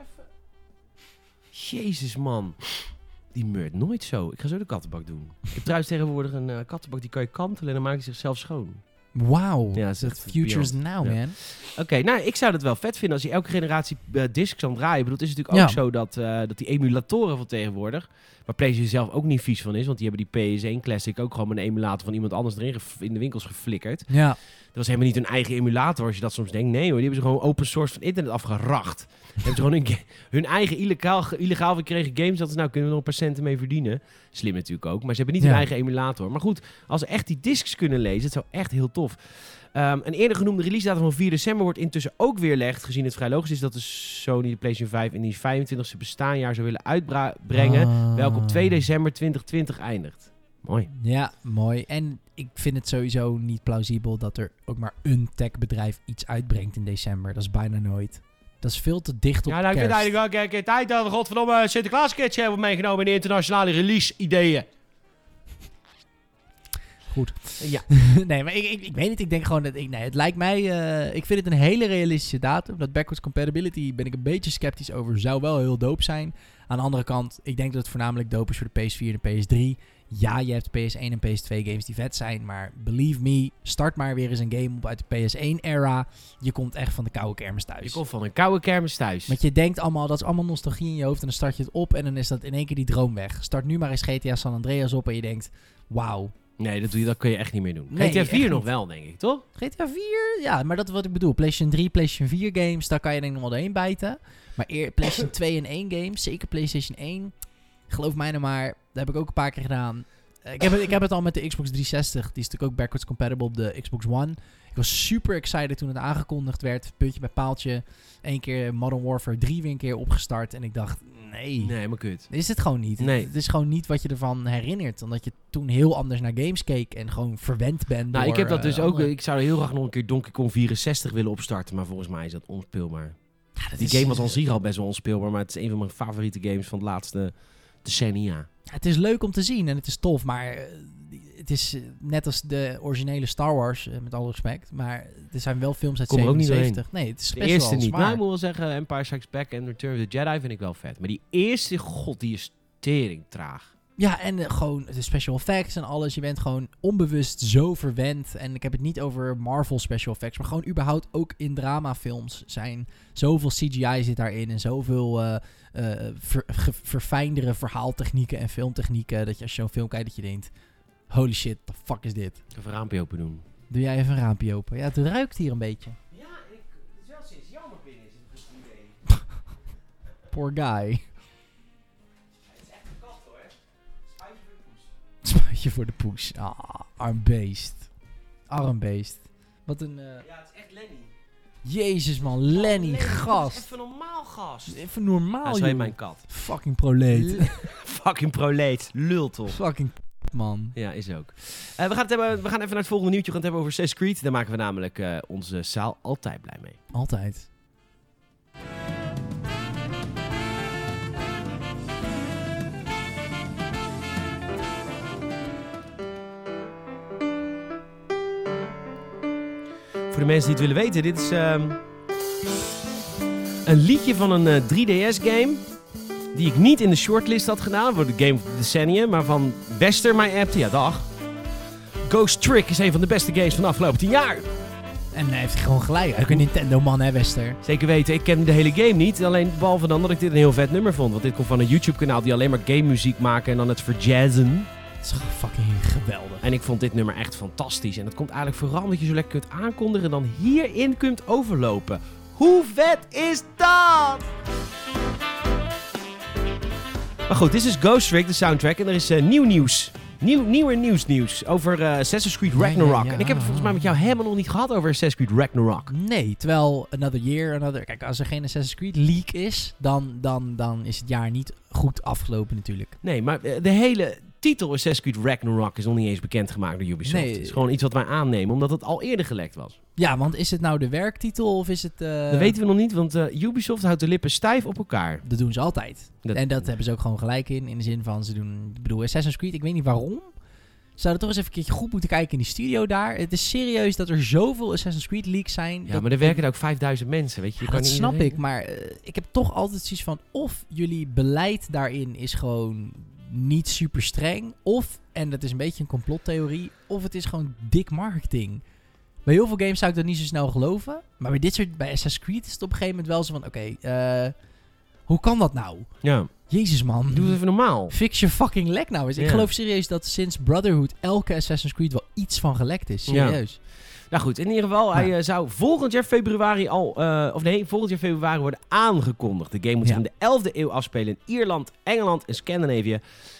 Jezus, man. Die meurt nooit zo. Ik ga zo de kattenbak doen. Ik heb trouwens tegenwoordig een uh, kattenbak, die kan je kantelen en dan maakt hij zichzelf schoon. Wauw. Ja, the future's now, ja. man. Oké, okay, nou, ik zou dat wel vet vinden als je elke generatie uh, discs kan draaien. Ik bedoel, het is natuurlijk ook ja. zo dat, uh, dat die emulatoren van tegenwoordig, waar PlayStation zelf ook niet vies van is, want die hebben die P S één Classic ook gewoon met een emulator van iemand anders erin gef- in de winkels geflikkerd. Ja. Dat was helemaal niet hun eigen emulator, als je dat soms denkt. Nee hoor, die hebben ze gewoon open source van internet afgeracht. hebben ze gewoon hun, hun eigen illegaal, illegaal verkregen games. Dat is nou, kunnen we nog een paar centen mee verdienen. Slim natuurlijk ook, maar ze hebben niet ja. hun eigen emulator. Maar goed, als ze echt die discs kunnen lezen, het zou echt heel tof. Um, een eerder genoemde release datum van vier december wordt intussen ook weerlegd, gezien het vrij logisch is dat de Sony de PlayStation vijf in die vijfentwintigste bestaanjaar zou willen uitbrengen, ah. welke op twee december twintig twintig eindigt. Mooi. Ja, mooi. En ik vind het sowieso niet plausibel dat er ook maar een techbedrijf iets uitbrengt in december. Dat is bijna nooit. Dat is veel te dicht op ja, nou, kerst. Ik vind eigenlijk wel een keer tijd dat we godverdomme Sinterklaas-kitje hebben meegenomen in de internationale release-ideeën. Goed. Ja. nee, maar ik, ik, ik weet niet. Ik denk gewoon dat... Ik, nee, het lijkt mij... Uh, ik vind het een hele realistische datum. Dat backwards compatibility ben ik een beetje sceptisch over. Zou wel heel dope zijn. Aan de andere kant, ik denk dat het voornamelijk dope is voor de P S vier en de P S drie. Ja, je hebt P S één en P S twee games die vet zijn. Maar believe me, start maar weer eens een game op uit de P S één era. Je komt echt van de koude kermis thuis. Je komt van een koude kermis thuis. Want je denkt allemaal, dat is allemaal nostalgie in je hoofd. En dan start je het op en dan is dat in één keer die droom weg. Start nu maar eens G T A San Andreas op en je denkt, wauw. Nee, dat, doe je, dat kun je echt niet meer doen. Nee, G T A vier nog wel, denk ik, toch? G T A vier? Ja, maar dat is wat ik bedoel. PlayStation drie, PlayStation vier games, daar kan je denk ik nog wel doorheen bijten. Maar eer, PlayStation twee en één games, zeker PlayStation één. Geloof mij nou maar, dat heb ik ook een paar keer gedaan. Ik heb, het, ik heb het al met de Xbox driehonderdzestig. Die is natuurlijk ook backwards compatible op de Xbox One. Ik was super excited toen het aangekondigd werd. Puntje bij paaltje. Eén keer Modern Warfare drie weer een keer opgestart. En ik dacht, nee. Nee, maar kut. Is het gewoon niet. Nee. Het, het is gewoon niet wat je ervan herinnert. Omdat je toen heel anders naar games keek. En gewoon verwend bent Nou, door, ik heb dat dus uh, ook. andere... Ik zou heel graag nog een keer Donkey Kong vierenzestig willen opstarten. Maar volgens mij is dat onspeelbaar. Ja, dat Die is, game was al zich al best wel onspeelbaar. Maar het is een van mijn favoriete games van de laatste decennia. Ja, het is leuk om te zien en het is tof. Maar uh, het is uh, net als de originele Star Wars. Uh, met alle respect. Maar er zijn wel films uit Kom er ook niet zevenenzeventig. Nee, het is de best eerste wel niet. zwaar. Nou, ik moet wel zeggen, Empire Strikes Back en Return of the Jedi vind ik wel vet. Maar die eerste, god, die is tering traag. Ja, en uh, gewoon de special effects en alles. Je bent gewoon onbewust zo verwend. En ik heb het niet over Marvel special effects. Maar gewoon überhaupt ook in dramafilms zijn zoveel C G I zit daarin. En zoveel uh, uh, ver, ge, verfijndere verhaaltechnieken en filmtechnieken. Dat je als je zo'n film kijkt dat je denkt, holy shit, the fuck is dit? Even een raampje open doen. Doe jij even een raampje open? Ja, het ruikt hier een beetje. Ja, ik, het is wel sinds jammer binnen is het een goed idee. Poor guy. Spuitje voor de poes. Ah, arm beest. Arm beest. Wat een... Uh... Ja, het is echt Lenny. Jezus man, Lenny, Lenny gast. Even normaal, gast. Even normaal, joh. Dat is mijn kat. Fucking proleet. Fucking proleet. Lul toch. Fucking man. Ja, is ook. Uh, we, gaan het hebben, we gaan even naar het volgende nieuwtje. We gaan het hebben over Assassin's Creed. Daar maken we namelijk uh, onze zaal altijd blij mee. Altijd. Voor de mensen die het willen weten, dit is um, een liedje van een uh, drie D S-game die ik niet in de shortlist had gedaan voor de Game of the Decennium, maar van Wester mij appte. Ja, dag. Ghost Trick is een van de beste games van de afgelopen tien jaar. En hij heeft gewoon gelijk. Ook een Nintendo-man, hè, Wester? Zeker weten. Ik ken de hele game niet. Alleen behalve dan dat ik dit een heel vet nummer vond. Want dit komt van een YouTube-kanaal die alleen maar game-muziek maken en dan het verjazzen. Het is gewoon fucking geweldig. En ik vond dit nummer echt fantastisch. En dat komt eigenlijk vooral omdat je zo lekker kunt aankondigen en dan hierin kunt overlopen. Hoe vet is dat? Maar goed, dit is dus Ghost Trick, de soundtrack. En er is uh, nieuw nieuws. Nieuw, nieuwer nieuws nieuws over uh, Assassin's Creed Ragnarok. Ja, ja, ja. En ik heb het volgens mij met jou helemaal nog niet gehad over Assassin's Creed Ragnarok. Nee, terwijl Another Year, Another... Kijk, als er geen Assassin's Creed leak is, dan, dan, dan is het jaar niet goed afgelopen natuurlijk. Nee, maar uh, de hele titel Assassin's Creed Ragnarok is nog niet eens bekendgemaakt door Ubisoft. Nee. Het is gewoon iets wat wij aannemen, omdat het al eerder gelekt was. Ja, want is het nou de werktitel of is het... Uh... Dat weten we nog niet, want uh, Ubisoft houdt de lippen stijf op elkaar. Dat doen ze altijd. Dat... En dat hebben ze ook gewoon gelijk in. In de zin van, ze doen... Ik bedoel, Assassin's Creed, ik weet niet waarom. Ze zouden toch eens even een keertje goed moeten kijken in die studio daar. Het is serieus dat er zoveel Assassin's Creed leaks zijn. Ja, dat maar er werken er ook vijfduizend mensen, weet je. je ja, kan dat niet snap iedereen... ik, maar uh, ik heb toch altijd zoiets van... Of jullie beleid daarin is gewoon niet super streng. Of, en dat is een beetje een complottheorie... Of het is gewoon dik marketing. Bij heel veel games zou ik dat niet zo snel geloven. Maar bij dit soort, bij Assassin's Creed is het op een gegeven moment wel zo van... Oké, okay, uh, hoe kan dat nou? Ja. Jezus man. Doe het even normaal. Fix je fucking lek nou eens. Ik ja. geloof serieus dat sinds Brotherhood elke Assassin's Creed wel iets van gelekt is. Serieus. Ja. Nou goed, in ieder geval, ja. hij uh, zou volgend jaar februari al... Uh, of nee, volgend jaar februari worden aangekondigd. De game moet zich ja. in de elfde eeuw afspelen in Ierland, Engeland en Scandinavië.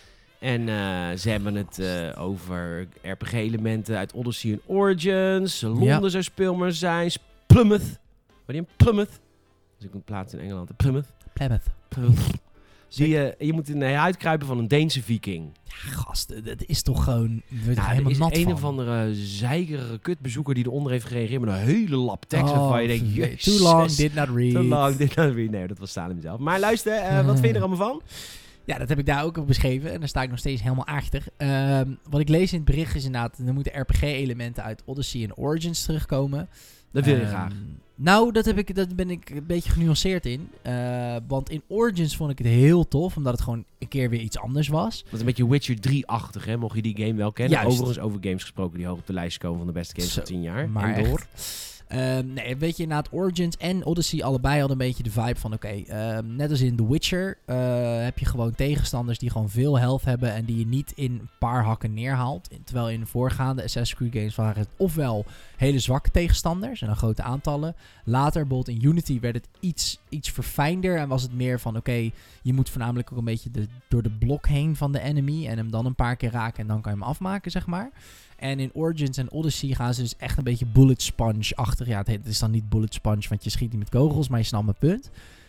En uh, ze hebben het uh, over R P G-elementen uit Odyssey en Origins. Londen ja. zou speelbaar zijn. Plymouth. Wat in Plymouth? Dat is ook een plaats in Engeland. Plymouth. Plymouth. Plymouth. Die, uh, je moet in de huid kruipen van een Deense viking. Ja, gast, dat is toch gewoon... Nou, helemaal is nat een van. of andere zeikerige kutbezoeker die eronder heeft gereageerd met een hele lap tekst. Oh, waarvan je denkt, jezus. Too long, did not read. Too long, did not read. Nee, dat was Salem zelf. Maar luister, uh, wat vind je er allemaal van? Ja, dat heb ik daar ook op beschreven. En daar sta ik nog steeds helemaal achter. Um, wat ik lees in het bericht is inderdaad... er moeten R P G-elementen uit Odyssey en Origins terugkomen. Dat wil je um, graag. Nou, dat, heb ik, dat ben ik een beetje genuanceerd in. Uh, want in Origins vond ik het heel tof. Omdat het gewoon een keer weer iets anders was. Dat is een beetje Witcher drie-achtig, hè? Mocht je die game wel kennen. Juist. Overigens over games gesproken die hoog op de lijst komen van de beste games Zo, van tien jaar. Maar en door. Um, nee, weet je, inderdaad, Origins en Odyssey allebei hadden een beetje de vibe van... Oké, okay, um, net als in The Witcher uh, heb je gewoon tegenstanders die gewoon veel health hebben... en die je niet in een paar hakken neerhaalt. Terwijl in de voorgaande Assassin's Creed games waren het ofwel hele zwakke tegenstanders... en dan grote aantallen. Later, bijvoorbeeld in Unity, werd het iets, iets verfijnder... en was het meer van, oké, okay, je moet voornamelijk ook een beetje de, door de blok heen van de enemy... en hem dan een paar keer raken en dan kan je hem afmaken, zeg maar... En in Origins en Odyssey gaan ze dus echt een beetje bullet sponge-achtig. Ja, het, heet, het is dan niet bullet sponge, want je schiet niet met kogels, maar je snapt mijn punt.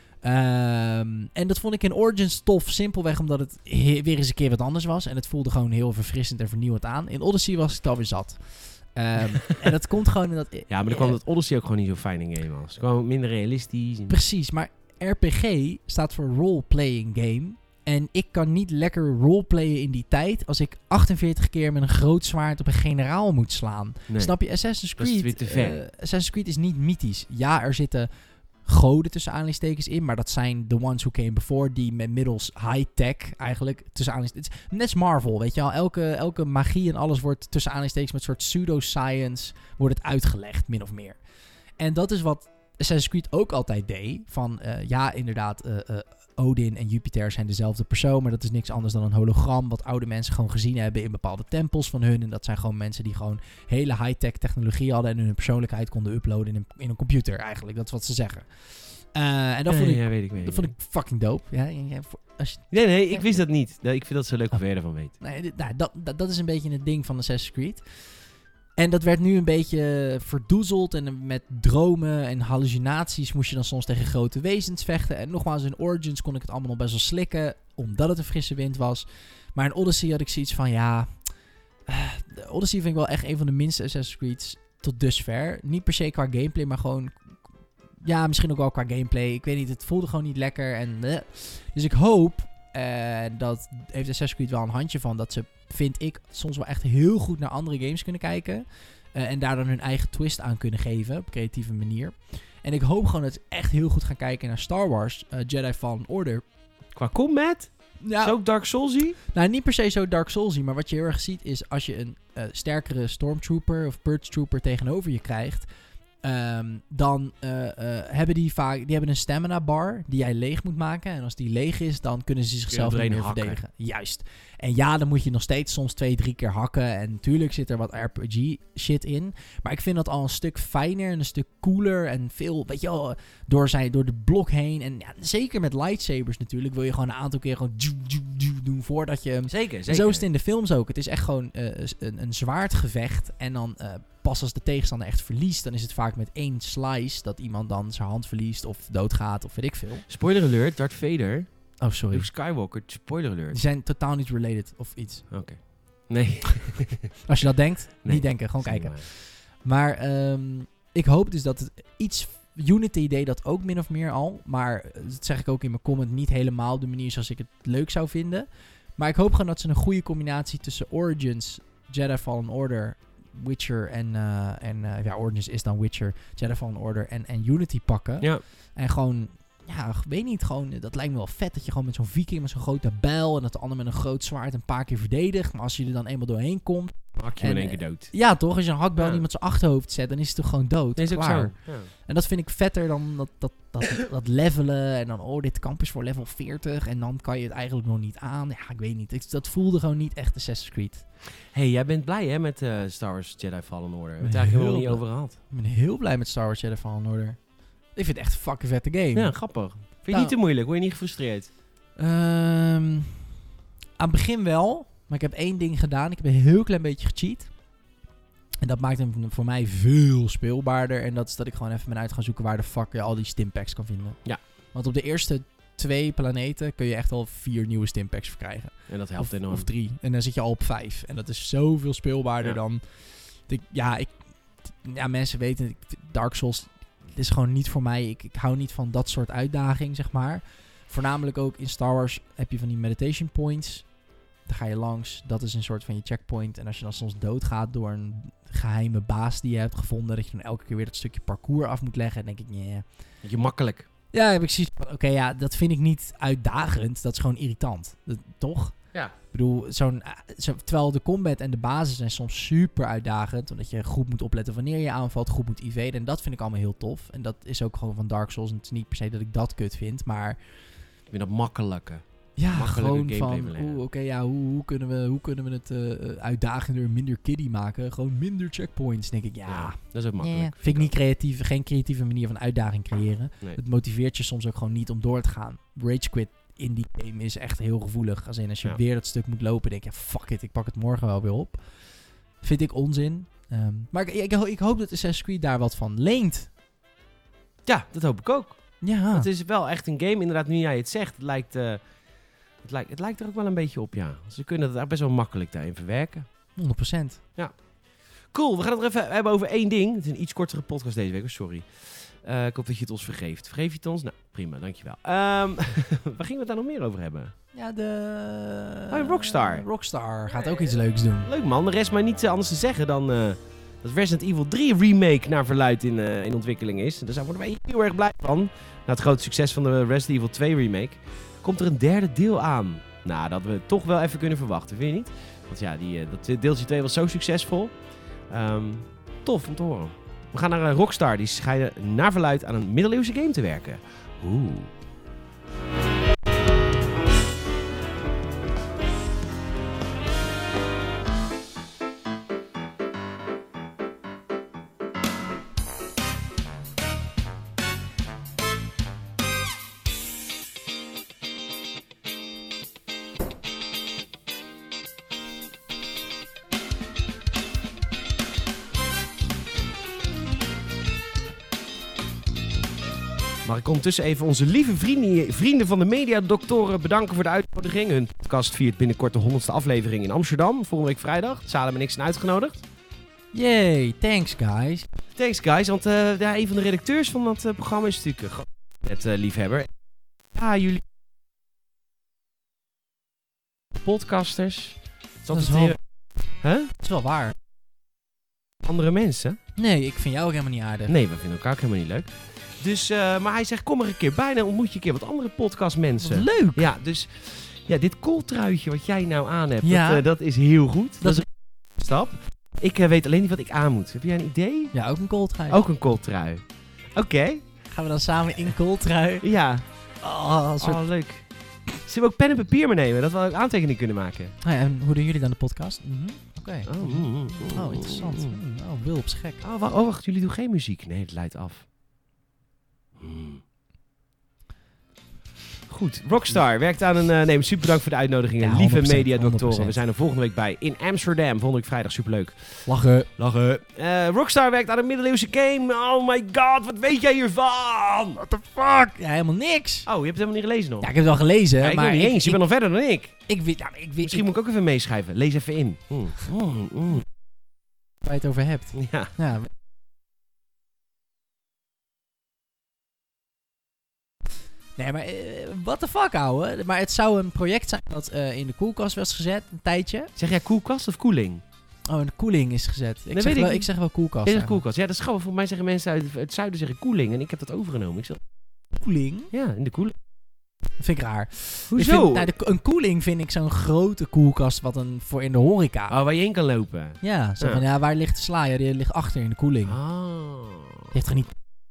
Um, en dat vond ik in Origins tof, simpelweg omdat het he- weer eens een keer wat anders was. En het voelde gewoon heel verfrissend en vernieuwend aan. In Odyssey was ik alweer zat. Um, en dat komt gewoon in dat... Ja, maar dan kwam dat Odyssey ook gewoon niet zo fijn in game was. Het kwam minder realistisch. En... Precies, maar R P G staat voor role-playing game... En ik kan niet lekker roleplayen in die tijd... als ik achtenveertig keer met een groot zwaard op een generaal moet slaan. Nee. Snap je? Assassin's Creed, dat is weer te ver. Uh, Assassin's Creed is niet mythisch. Ja, er zitten goden tussen aanleidingstekens in... maar dat zijn the ones who came before... die met middels high-tech eigenlijk tussen aanleidingstekens... Net als Marvel, weet je wel. Elke, elke magie en alles wordt tussen aanleidingstekens... met een soort pseudo-science wordt het uitgelegd, min of meer. En dat is wat Assassin's Creed ook altijd deed. Van, uh, ja, inderdaad... Uh, uh, Odin en Jupiter zijn dezelfde persoon, maar dat is niks anders dan een hologram wat oude mensen gewoon gezien hebben in bepaalde tempels van hun. En dat zijn gewoon mensen die gewoon hele high-tech technologie hadden en hun persoonlijkheid konden uploaden in een, in een computer eigenlijk. Dat is wat ze zeggen. Uh, en dat, ja, vond, ik, ja, weet ik, weet dat ik, vond ik fucking dope. Ja, ja, als je, nee, nee, ik wist dat niet. Ik vind dat zo leuk of jij ervan weet. Nee, dit, nou, dat, dat, dat is een beetje het ding van Assassin's Creed. En dat werd nu een beetje verdoezeld en met dromen en hallucinaties moest je dan soms tegen grote wezens vechten. En nogmaals, in Origins kon ik het allemaal nog best wel slikken, omdat het een frisse wind was. Maar in Odyssey had ik zoiets van, ja... Uh, Odyssey vind ik wel echt een van de minste Assassin's Creed's tot dusver. Niet per se qua gameplay, maar gewoon... Ja, misschien ook wel qua gameplay. Ik weet niet, het voelde gewoon niet lekker. En, uh. Dus ik hoop, uh, dat heeft Assassin's Creed wel een handje van, dat ze... vind ik soms wel echt heel goed naar andere games kunnen kijken. Uh, en daar dan hun eigen twist aan kunnen geven. Op een creatieve manier. En ik hoop gewoon dat ze echt heel goed gaan kijken naar Star Wars. Uh, Jedi Fallen Order. Qua combat? Ja, is ook Dark Soulsy? Nou, niet per se zo Dark Soulsy. Maar wat je heel erg ziet is als je een uh, sterkere Stormtrooper of Purge Trooper tegenover je krijgt. Um, dan uh, uh, hebben die vaak die hebben een stamina bar die jij leeg moet maken. En als die leeg is, dan kunnen ze zichzelf niet meer hakken. verdedigen. Juist. En ja, dan moet je nog steeds soms twee, drie keer hakken. En natuurlijk zit er wat R P G shit in. Maar ik vind dat al een stuk fijner en een stuk cooler. En veel, weet je wel, door, zijn, door de blok heen. En ja, zeker met lightsabers natuurlijk wil je gewoon een aantal keer gewoon doen voordat je... Zeker, zeker. Zo is het in de films ook. Het is echt gewoon uh, een, een zwaardgevecht. En dan... Uh, pas als de tegenstander echt verliest, dan is het vaak met één slice dat iemand dan zijn hand verliest of doodgaat of weet ik veel. Spoiler alert, Darth Vader Oh, sorry. Luke Skywalker, spoiler alert. Die zijn totaal niet related of iets. Oké. Okay. Nee. Als je dat denkt, nee. niet denken, gewoon kijken. Maar um, ik hoop dus dat het iets... Unity deed dat ook min of meer al. Maar dat zeg ik ook in mijn comment. Niet helemaal op de manier zoals ik het leuk zou vinden. Maar ik hoop gewoon dat ze een goede combinatie tussen Origins, Jedi Fallen Order, Witcher en... Uh, en uh, ja, Origins is dan Witcher, Jedi Fallen Order en, en Unity pakken. Ja. En gewoon... Ja, ik weet niet, gewoon, dat lijkt me wel vet dat je gewoon met zo'n viking met zo'n grote bijl en dat de ander met een groot zwaard een paar keer verdedigt. Maar als je er dan eenmaal doorheen komt... Hak je in één keer dood. Ja, toch? Als je een hakbijl ja. niet met zijn achterhoofd zet, dan is het toch gewoon dood. Nee, is ook klaar. zo. Ja. En dat vind ik vetter dan dat, dat, dat, dat levelen en dan, oh, dit kamp is voor level veertig en dan kan je het eigenlijk nog niet aan. Ja, ik weet niet. Ik, dat voelde gewoon niet echt Assassin's Creed. Hey, jij bent blij hè met uh, Star Wars Jedi Fallen Order. We hebben het eigenlijk helemaal niet over gehad. Ik ben heel blij met Star Wars Jedi Fallen Order. Ik vind het echt een fucking vette game. Ja, grappig. Vind je nou, niet te moeilijk? Word je niet gefrustreerd? Um, aan het begin wel. Maar ik heb één ding gedaan. Ik heb een heel klein beetje gecheat. En dat maakt hem voor mij veel speelbaarder. En dat is dat ik gewoon even ben uit gaan zoeken waar de fuck je al die stimpacks kan vinden. Ja. Want op de eerste twee planeten kun je echt al vier nieuwe stimpacks verkrijgen. En dat helpt of, enorm. Of drie. En dan zit je al op vijf. En dat is zoveel speelbaarder ja. dan... Ik, ja, ik, ja, mensen weten... Ik, Dark Souls... Het is gewoon niet voor mij. Ik, ik hou niet van dat soort uitdaging, zeg maar. Voornamelijk ook in Star Wars heb je van die meditation points. Daar ga je langs. Dat is een soort van je checkpoint. En als je dan soms doodgaat door een geheime baas die je hebt gevonden, dat je dan elke keer weer dat stukje parcours af moet leggen, dan denk ik, nee. Je makkelijk. Ja, heb ik zoiets van, oké, okay, ja, dat vind ik niet uitdagend. Dat is gewoon irritant. Dat, toch? Ja. Ik bedoel, zo'n, zo, terwijl de combat en de basis zijn soms super uitdagend. Omdat je goed moet opletten wanneer je aanvalt, goed moet evaden. En dat vind ik allemaal heel tof. En dat is ook gewoon van Dark Souls. En het is niet per se dat ik dat kut vind, maar... Ik vind dat makkelijke. Ja, makkelijke gewoon van, oké, okay, ja, hoe, hoe, kunnen we, hoe kunnen we het uh, uitdagender, minder kiddie maken? Gewoon minder checkpoints, denk ik. Ja, ja dat is ook makkelijk. Yeah, vind ik niet creatief, geen creatieve manier van uitdaging creëren. Nee. Het motiveert je soms ook gewoon niet om door te gaan. Rage quit in die game is echt heel gevoelig. Als, in, als je ja. weer dat stuk moet lopen, denk je, fuck it, ik pak het morgen wel weer op. Vind ik onzin. Um, maar ik, ik, ik hoop dat Assassin's Creed daar wat van leent. Ja, dat hoop ik ook. Ja. Het is wel echt een game, inderdaad, nu jij het zegt, het lijkt... Uh, Het lijkt, het lijkt er ook wel een beetje op, ja. Ze kunnen het best wel makkelijk daarin verwerken. honderd procent. Ja. Cool, we gaan het er even hebben over één ding. Het is een iets kortere podcast deze week, sorry. Uh, ik hoop dat je het ons vergeeft. Vergeef je het ons? Nou, prima, dankjewel. Um, waar gingen we het daar nog meer over hebben? Ja, de... Oh, Rockstar. Uh, Rockstar gaat ook iets leuks doen. Leuk man, er rest maar niet anders te zeggen dan... Uh, dat Resident Evil drie remake naar verluidt in, uh, in ontwikkeling is. Daar worden wij heel erg blij van. Na het grote succes van de Resident Evil twee remake... komt er een derde deel aan. Nou, dat we toch wel even kunnen verwachten, vind je niet? Want ja, die, uh, dat deeltje twee was zo succesvol. Um, tof om te horen. We gaan naar uh, Rockstar. Die schijnen naar verluidt aan een middeleeuwse game te werken. Oeh. Mag ik ondertussen even onze lieve vrienden, vrienden van de Mediadoktoren bedanken voor de uitnodiging. Hun podcast viert binnenkort de honderdste aflevering in Amsterdam. Volgende week vrijdag. Salem en ik zijn uitgenodigd. Yay, thanks guys. Thanks guys, want uh, ja, een van de redacteurs van dat uh, programma is natuurlijk uh, net uh, liefhebber. Ja, jullie... podcasters. Dat is, wel... huh? dat is wel waar. Andere mensen? Nee, ik vind jou ook helemaal niet aardig. Nee, we vinden elkaar ook helemaal niet leuk. Dus, uh, maar hij zegt, kom er een keer bij, dan ontmoet je een keer wat andere podcastmensen. Wat leuk! Ja, dus ja, dit kooltruitje wat jij nou aan hebt, ja. dat, uh, dat is heel goed. Dat, dat is een stap. Ik uh, weet alleen niet wat ik aan moet. Heb jij een idee? Ja, ook een kooltrui. Ook een kooltrui. Oké. Okay. Gaan we dan samen in kooltrui? Ja. Oh, soort... oh, leuk. Zullen we ook pen en papier meenemen, dat we ook aantekeningen kunnen maken? Oh ja, en hoe doen jullie dan de podcast? Mm-hmm. Oké. Okay. Oh, mm, mm, oh, interessant. Mm, oh, Wilps, gek. Oh wacht, oh, wacht, jullie doen geen muziek. Nee, het leidt af. Hmm. Goed, Rockstar werkt aan een... Uh, nee, super bedankt voor de uitnodigingen. Ja, Lieve honderd mediadoktoren. We zijn er volgende week bij in Amsterdam. Volgende week vrijdag, superleuk. Lachen. Lachen. Uh, Rockstar werkt aan een middeleeuwse game. Oh my god, wat weet jij hiervan? What the fuck? Ja, helemaal niks. Oh, je hebt het helemaal niet gelezen nog? Ja, ik heb het wel gelezen. Ja, ik maar ben het niet ik, eens. Je ik, bent nog verder dan ik. ik weet... Ja, ik weet Misschien ik, moet ik ook even meeschrijven. Lees even in. Mm. Mm, mm. waar je het over hebt. Ja. Ja. Nee, maar uh, what the fuck, ouwe. Maar het zou een project zijn dat uh, in de koelkast was gezet, een tijdje. Zeg jij koelkast of koeling? Oh, in de koeling is gezet. Ik, Dat zeg weet wel, ik ik zeg wel koelkast. Dit is koelkast. Ja, dat is grappig. Voor mij zeggen mensen uit het zuiden zeggen koeling. En ik heb dat overgenomen. Ik zeg, Koeling? ja, in de koeling. Dat vind ik raar. Hoezo? Ik vind, nou, de, een koeling vind ik zo'n grote koelkast wat een, voor in de horeca. Oh, waar je in kan lopen. Ja, zo Ja. van, ja, waar ligt de sla? Ja, die ligt achter in de koeling. Oh. Die heeft toch niet...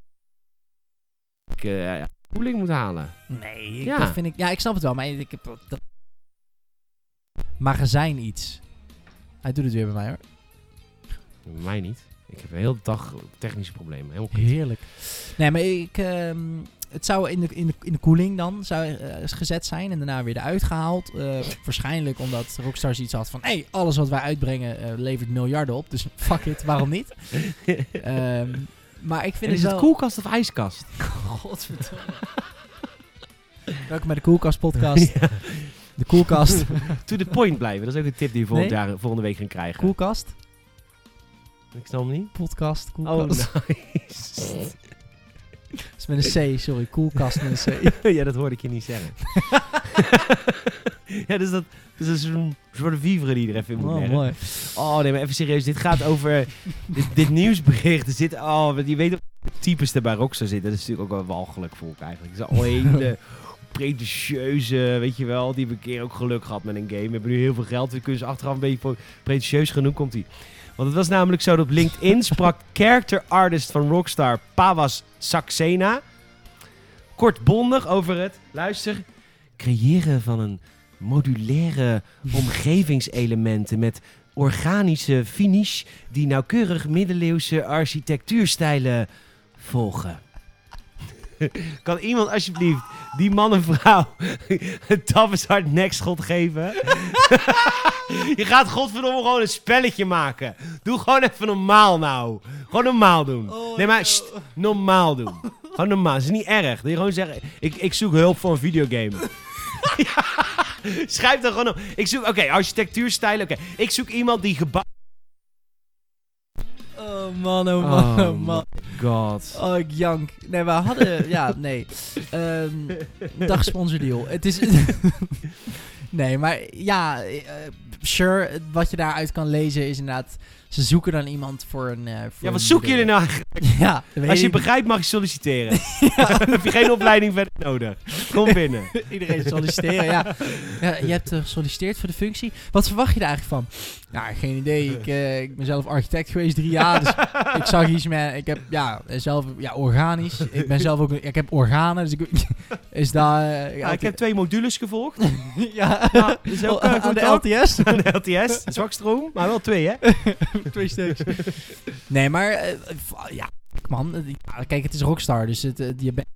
Ik uh, ja, koeling moet halen. Nee, ik, Ja. dat vind ik... Ja, ik snap het wel, maar ik heb... Dat, dat... Magazijn iets. Hij doet het weer bij mij, hoor. Bij mij niet. Ik heb de hele dag technische problemen. Helemaal kut. Heerlijk. Nee, maar ik... ehm, het zou in de, in, de, in de koeling dan zou, uh, gezet zijn en daarna weer eruit gehaald. Uh, waarschijnlijk omdat Rockstar zoiets had van... Hé, hey, alles wat wij uitbrengen uh, levert miljarden op. Dus fuck it, waarom niet? um, maar ik vind En is het het wel... koelkast of ijskast? Godverdomme. Welkom bij de Koelkast podcast. Ja. De koelkast. To the point blijven. Dat is ook een tip die we volgend Nee? jaar, volgende week gaan krijgen. Koelkast? Ik snap hem niet. Podcast, Oh, koelkast. nice. Dat is met een C, sorry. Koelkast met een C. Ja, dat hoorde ik je niet zeggen. Ja, dus dat, dus dat is een soort vivre die er even in moet Oh, leggen. mooi. Oh nee, maar even serieus. Dit gaat over... dit, dit nieuwsbericht. Er zit... Oh, je weet ook de types er bij Rockstar zitten. Dat is natuurlijk ook wel walgelijk volk eigenlijk. Het is al hele pretentieuze, weet je wel. Die hebben een keer ook geluk gehad met een game. We hebben nu heel veel geld. We kunnen ze achteraf een beetje pretentieus genoemd. Komt ie. Want het was namelijk zo dat op LinkedIn sprak character artist van Rockstar, Pawas Saxena, kortbondig over het, luister, creëren van een modulaire omgevingselementen met organische finish die nauwkeurig middeleeuwse architectuurstijlen volgen. Kan iemand alsjeblieft die man en vrouw een tabbeshard nekschot geven? Je gaat godverdomme gewoon een spelletje maken. Doe gewoon even normaal nou. Gewoon normaal doen. Oh, nee maar, no. sst, normaal doen. Gewoon normaal. Het is niet erg. Dat je gewoon zegt, ik, ik zoek hulp voor een videogame. Ja, schrijf dan gewoon op. Ik zoek, oké, okay, architectuurstijl, oké. Okay. Ik zoek iemand die gebouw... Oh man, oh man, oh, Oh man. god. Oh, ik jank. Nee, we hadden... ja, nee. Um, dag sponsordeal. Het is... nee, maar ja... Uh, sure, wat je daaruit kan lezen is inderdaad... Ze zoeken dan iemand voor een... Uh, voor Ja, wat een zoeken jullie video. nou? Ja, weet Als je ik begrijpt mag je solliciteren. Ja. Dan heb je geen opleiding verder nodig. Kom binnen. Iedereen solliciteren, ja. ja. Je hebt uh, gesolliciteerd voor de functie. Wat verwacht je daar eigenlijk van? Nou, geen idee. Ik, uh, ik ben zelf architect geweest drie jaar. Dus ik zag iets met... Ik heb ja, zelf... Ja, organisch. Ik ben zelf ook... Ik heb organen. Dus ik... Is daar... Uh, Ja, ik heb twee modules gevolgd. ja. Ja, is ook, uh, aan goed de ook. L T S. Aan de L T S. Zwakstroom. Maar wel twee, hè? Twee stuks. Nee, maar... Uh, v- ja, man. Uh, ja, kijk, het is Rockstar. Dus het, uh, je bent...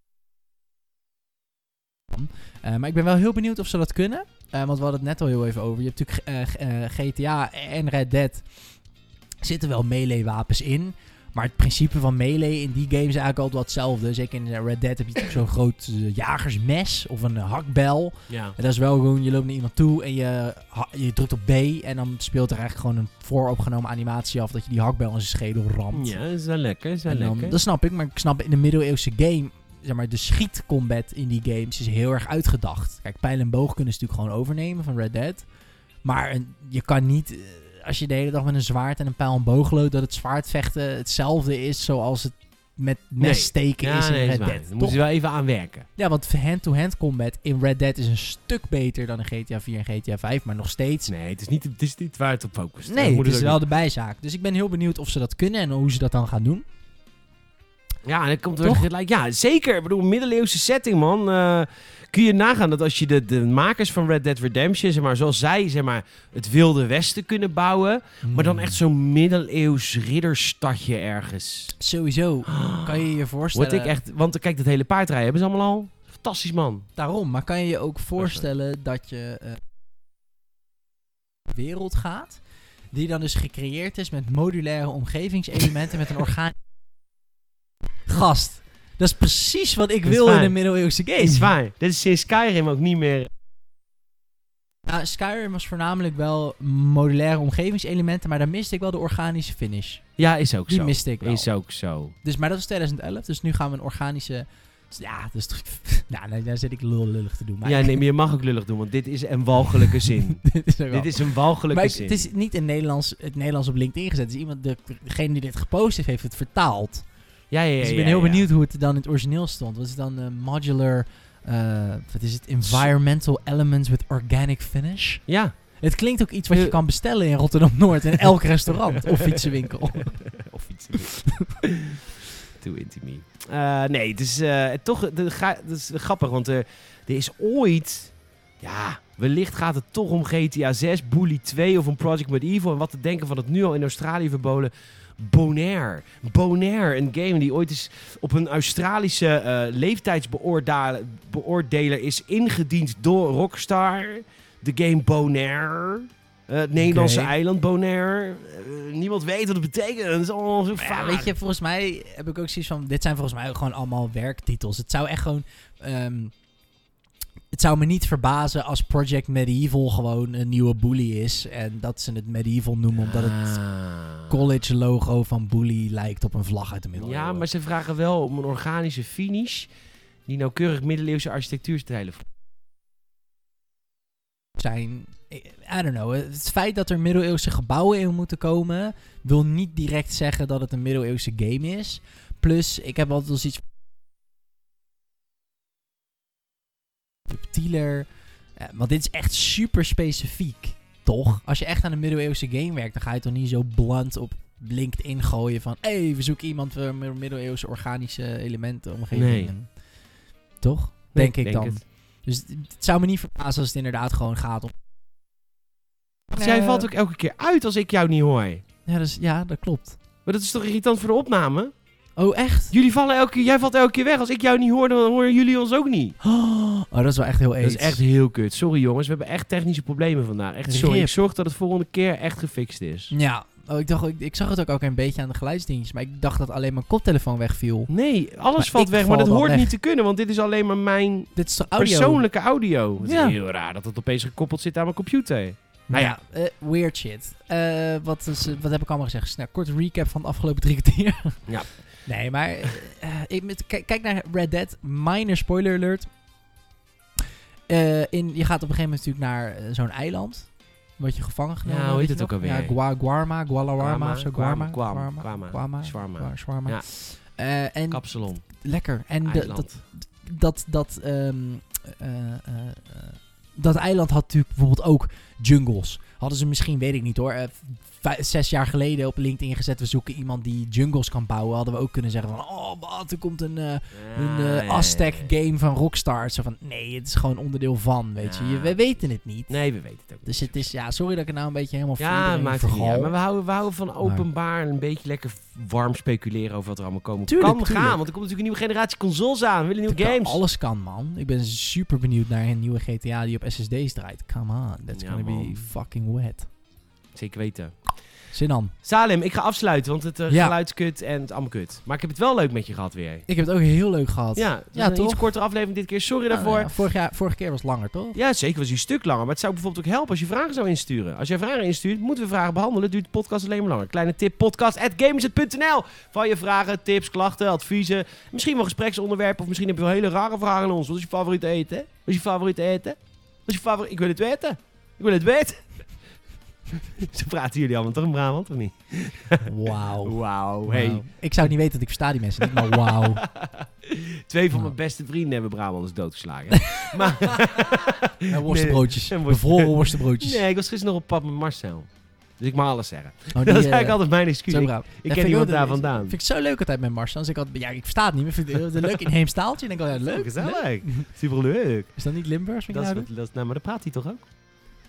Uh, maar ik ben wel heel benieuwd of ze dat kunnen. Uh, want we hadden het net al heel even over. Je hebt natuurlijk uh, uh, G T A en Red Dead. Er zitten wel melee wapens in. Maar het principe van melee in die games is eigenlijk altijd wel hetzelfde. Zeker in Red Dead heb je natuurlijk zo'n groot uh, jagersmes of een uh, hakbel. Ja. En dat is wel gewoon, je loopt naar iemand toe en je, ha- je drukt op B. En dan speelt er eigenlijk gewoon een vooropgenomen animatie af dat je die hakbel in zijn schedel ramt. Ja, dat is wel lekker. Dat is wel En dan, lekker. dat snap ik, maar ik snap in de middeleeuwse game, zeg maar, de schietcombat in die games is heel erg uitgedacht. Kijk, pijl en boog kunnen ze natuurlijk gewoon overnemen van Red Dead. Maar een, je kan niet, uh, als je de hele dag met een zwaard en een pijl en boog loopt, dat het zwaardvechten hetzelfde is zoals het met mes steken Ja, is in nee, Red is waar. Dead. Daar Toch? moeten ze wel even aan werken. Ja, want hand-to-hand combat in Red Dead is een stuk beter dan in G T A vier en G T A vijf, maar nog steeds. Nee, het is niet, het is niet waar het op focust. Nee, het is wel de bijzaak. Dus ik ben heel benieuwd of ze dat kunnen en hoe ze dat dan gaan doen. Ja, en dan komt Toch? er gelijk. Ja, zeker. Ik bedoel, middeleeuwse setting, man. Uh, kun je nagaan dat als je de, de makers van Red Dead Redemption, zeg maar, zoals zij, zeg maar, het Wilde Westen kunnen bouwen, Mm. maar dan echt zo'n middeleeuws ridderstadje ergens. Sowieso. Kan je je voorstellen? Word ik echt, want kijk, dat hele paardrijden hebben ze allemaal al. Fantastisch, man. Daarom, maar kan je je ook voorstellen dat je uh, wereld gaat, die dan dus gecreëerd is met modulaire omgevingselementen met een orgaan. Gast, dat is precies wat ik wil in een middeleeuwse game. Dat is waar. Dit is sinds Skyrim ook niet meer... Nou, Skyrim was voornamelijk wel modulaire omgevingselementen, maar daar miste ik wel de organische finish. Ja, is ook Die zo. Die miste ik wel. Is ook zo. Dus, maar dat was twintig elf, dus nu gaan we een organische... Ja, dus nou, nou, daar zit ik lul lullig te doen. Maar ja, nee, maar je mag ook lullig doen, want dit is een walgelijke zin. dit, is dit is een walgelijke maar zin. Het is niet in Nederlands, het Nederlands op LinkedIn gezet. Het is iemand, de, degene die dit gepost heeft, heeft het vertaald. Ja, ja, ja. Dus ik ben ja, heel ja. benieuwd hoe het dan in het origineel stond. Wat is dan uh, modular, uh, wat is het? Environmental elements with organic finish? Ja. Het klinkt ook iets wat je kan bestellen in Rotterdam-Noord in elk restaurant of fietsenwinkel. of fietsenwinkel. Too intimate. Uh, nee, het is uh, toch het is grappig, want uh, er is ooit... Ja, wellicht gaat het toch om G T A zes, Bully twee of een Project Medieval. En wat te denken van het nu al in Australië verboden Bonaire. Bonaire, een game die ooit eens op een Australische uh, leeftijdsbeoordeler is ingediend door Rockstar. De game Bonaire. Uh, het Nederlandse okay. eiland Bonaire. Uh, niemand weet wat het betekent. Het is allemaal zo vaag. Ja, weet je, volgens mij heb ik ook zoiets van... Dit zijn volgens mij ook gewoon allemaal werktitels. Het zou echt gewoon... Um, het zou me niet verbazen als Project Medieval gewoon een nieuwe Bully is. En dat ze het Medieval noemen omdat het college logo van Bully lijkt op een vlag uit de middeleeuwen. Ja, maar ze vragen wel om een organische finish die nauwkeurig middeleeuwse architectuurstijlen zijn. I don't know. Het feit dat er middeleeuwse gebouwen in moeten komen wil niet direct zeggen dat het een middeleeuwse game is. Plus, ik heb altijd wel zoiets subtieler. Uh, want dit is echt super specifiek, toch? Als je echt aan een middeleeuwse game werkt, dan ga je toch niet zo blunt op LinkedIn gooien van... Hé, hey, we zoeken iemand voor middeleeuwse organische elementen, omgevingen. Nee. Toch? Nee, denk ik denk dan. Het. Dus het, het zou me niet verbazen als het inderdaad gewoon gaat om... Uh, Jij valt ook elke keer uit als ik jou niet hoor. Ja, dus, ja, dat klopt. Maar dat is toch irritant voor de opname? Oh, echt? Jullie vallen elke keer, jij valt elke keer weg. Als ik jou niet hoor, dan horen jullie ons ook niet. Oh, dat is wel echt heel aids. Dat is echt heel kut. Sorry jongens, we hebben echt technische problemen vandaag. Echt sorry. Rip. Ik zorg dat het volgende keer echt gefixt is. Ja, oh, ik, dacht, ik, ik zag het ook, ook een beetje aan de geluidsdingetjes. Maar ik dacht dat alleen mijn koptelefoon wegviel. Nee, alles maar valt weg. Maar dat hoort weg. niet te kunnen, want dit is alleen maar mijn dit is toch audio? persoonlijke audio. Het ja. is heel raar dat het opeens gekoppeld zit aan mijn computer. Nou ja, ja uh, weird shit. Uh, wat, is, uh, wat heb ik allemaal gezegd? Nou, kort recap van de afgelopen drie kwartier. Ja. Nee, maar uh, ik, met, k- kijk naar Red Dead. Minor spoiler alert. Uh, in, je gaat op een gegeven moment natuurlijk naar uh, zo'n eiland. Word je gevangen genomen. Ja, hoe heet het ook alweer? Ja, Gua, Guarma, Gualawarma of zo. Guarma, Guarma, Guarma, Guarma, Shawarma. Shawarma. Ja. Uh, en Kapsalon. Lekker. En de, dat, dat, dat, um, uh, uh, uh, dat eiland had natuurlijk bijvoorbeeld ook jungles. Hadden ze misschien, weet ik niet hoor, uh, vijf, zes jaar geleden op LinkedIn gezet, we zoeken iemand die jungles kan bouwen. Hadden we ook kunnen zeggen van, oh wat, er komt een, uh, ja, een uh, ja, Aztec ja, ja. game van Rockstar. Zo van, nee, het is gewoon onderdeel van, weet ja. je. je. We weten het niet. Nee, we weten het ook niet. Dus het is, ja, sorry dat ik het nou een beetje helemaal ja, maakt het niet uit. Maar we houden, we houden van openbaar en een beetje lekker warm speculeren over wat er allemaal komen tuurlijk, kan tuurlijk. gaan. Want er komt natuurlijk een nieuwe generatie consoles aan. We willen nieuwe kan, games. Alles kan, man. Ik ben super benieuwd naar een nieuwe G T A die op S S D's draait. Come on, that's ja, gonna man. be fucking wet. Zeker weten. Zin aan. Salim, ik ga afsluiten, want het uh, ja. geluid is kut en het allemaal kut. Maar ik heb het wel leuk met je gehad weer. Ik heb het ook heel leuk gehad. Ja, het ja, een toch? iets kortere aflevering dit keer. Sorry daarvoor. Uh, ja, vorig jaar, vorige keer was het langer, toch? Ja, zeker was hij een stuk langer. Maar het zou bijvoorbeeld ook helpen als je vragen zou insturen. Als jij vragen instuurt, moeten we vragen behandelen. Duurt de podcast alleen maar langer. Kleine tip, podcast at gamerset punt n l. Van je vragen, tips, klachten, adviezen. Misschien wel gespreksonderwerpen. Of misschien heb je wel hele rare vragen aan ons. Wat is je favoriete eten? Wat is je favoriete eten? Wat is je favoriete... Ik wil het weten. Ik wil het weten. Zo praten jullie allemaal toch in Brabant, of niet? Wauw. Wauw. Hey. Wow. Ik zou het niet weten, dat ik versta die mensen niet, maar wauw. Twee van wow. mijn beste vrienden hebben Brabanders doodgeslagen. maar en worstenbroodjes. Nee, bevroren worstenbroodjes. Nee, ik was gisteren nog op pad met Marcel. Dus ik mag alles zeggen. Oh, die, dat is eigenlijk uh, altijd mijn excuus. Ik, ik ken iemand daar vandaan. Vind ik zo leuk altijd met Marcel. Dus ik had, ja, ik versta het niet meer. Vind het een leuk inheems taaltje. En denk ik, ja, leuk. Gezellig. Super leuk. Is dat niet Limburgs? Dat is, dat is, nou, maar dan praat hij toch ook?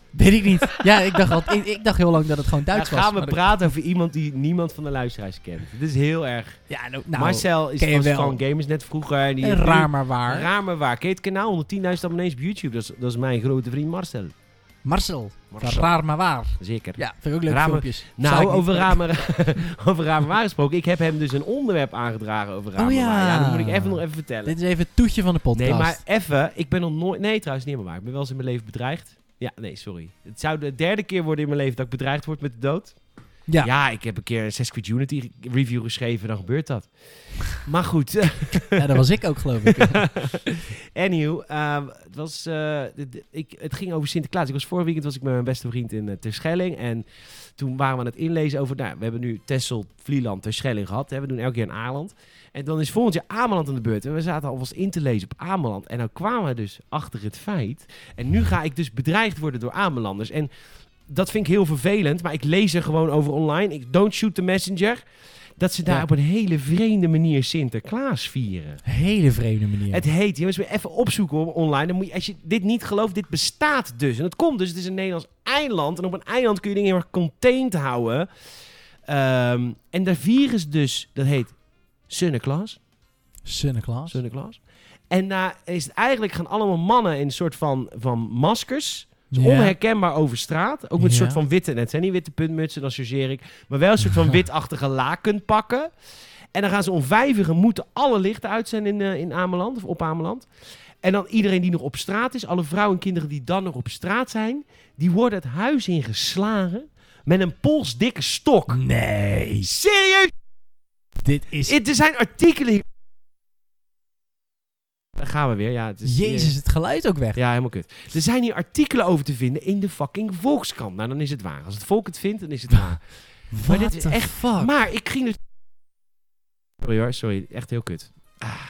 Weet ik niet. Ja, ik dacht, al, ik, ik dacht heel lang dat het gewoon Duits Ja, was. gaan we maar praten over iemand die niemand van de luisteraars kent. Dit is heel erg... dat- Ja, nou, nou, Marcel is ken je van wel. Strong Gamers net vroeger. En die en heeft nu- raar maar waar. Raar maar waar. Ken je het kanaal? honderdtienduizend abonnees op YouTube. Dat is, dat is mijn grote vriend Marcel. Marcel. Marcel. Van raar maar waar. Zeker. Ja, vind ik ook leuke Raar maar- filmpjes. Sta Nou, ik niet. over raar, maar, over raar maar waar gesproken. Ik heb hem dus een onderwerp aangedragen over raar Oh, maar waar. ja. Ja, dat moet ik even nog even vertellen. Dit is even het toetje van de podcast. Nee, maar even. Ik ben nog nooit... Nee, trouwens niet helemaal waar. Ik ben wel eens in mijn leven bedreigd. Ja, nee, sorry. Het zou de derde keer worden in mijn leven dat ik bedreigd word met de dood. Ja. Ja, ik heb een keer een Assassin's Creed Unity review geschreven. Dan gebeurt dat. Maar goed. Ja, dat was ik ook, geloof ik. Anyhow, uh, het, was, uh, d- d- ik, het ging over Sinterklaas. Ik was vorig weekend was ik met mijn beste vriend in uh, Terschelling. En toen waren we aan het inlezen over... Nou, we hebben nu Texel, Vlieland, Terschelling gehad. Hè. We doen elke keer een Ameland. En dan is volgend jaar Ameland aan de beurt. En we zaten alvast in te lezen op Ameland. En nou kwamen we dus achter het feit... En nu ga ik dus bedreigd worden door Amelanders. En dat vind ik heel vervelend. Maar ik lees er gewoon over online. Ik don't shoot the messenger. Dat ze daar Ja. op een hele vreemde manier Sinterklaas vieren. Hele vreemde manier. Het heet, jongens, moet je even opzoeken hoor, online. Dan moet je, als je dit niet gelooft, dit bestaat dus. En dat komt dus, het is een Nederlands eiland. En op een eiland kun je dingen heel erg contained houden. Um, en daar vieren ze dus, dat heet Sinterklaas. Sinterklaas. Sinterklaas. En daar is het eigenlijk, gaan allemaal mannen in een soort van, van maskers. Dus Ja. onherkenbaar over straat. Ook met een Ja. soort van witte, net zijn niet witte puntmutsen, dan chargeer ik. Maar wel een soort van witachtige laken pakken. En dan gaan ze om vijf uur, moeten alle lichten uit zijn in, uh, in Ameland, of op Ameland. En dan iedereen die nog op straat is, alle vrouwen en kinderen die dan nog op straat zijn, die worden het huis ingeslagen met een polsdikke stok. Nee. Serieus? Dit is... Er zijn artikelen hier. Daar gaan we weer. Ja, het is, Jezus, het geluid ook weg. Ja, helemaal kut. Er zijn hier artikelen over te vinden in de fucking Volkskrant. Nou, dan is het waar. Als het volk het vindt, dan is het waar. What Maar dit is the echt- fuck? Maar ik ging dus... Sorry hoor, sorry. Echt heel kut. Ah.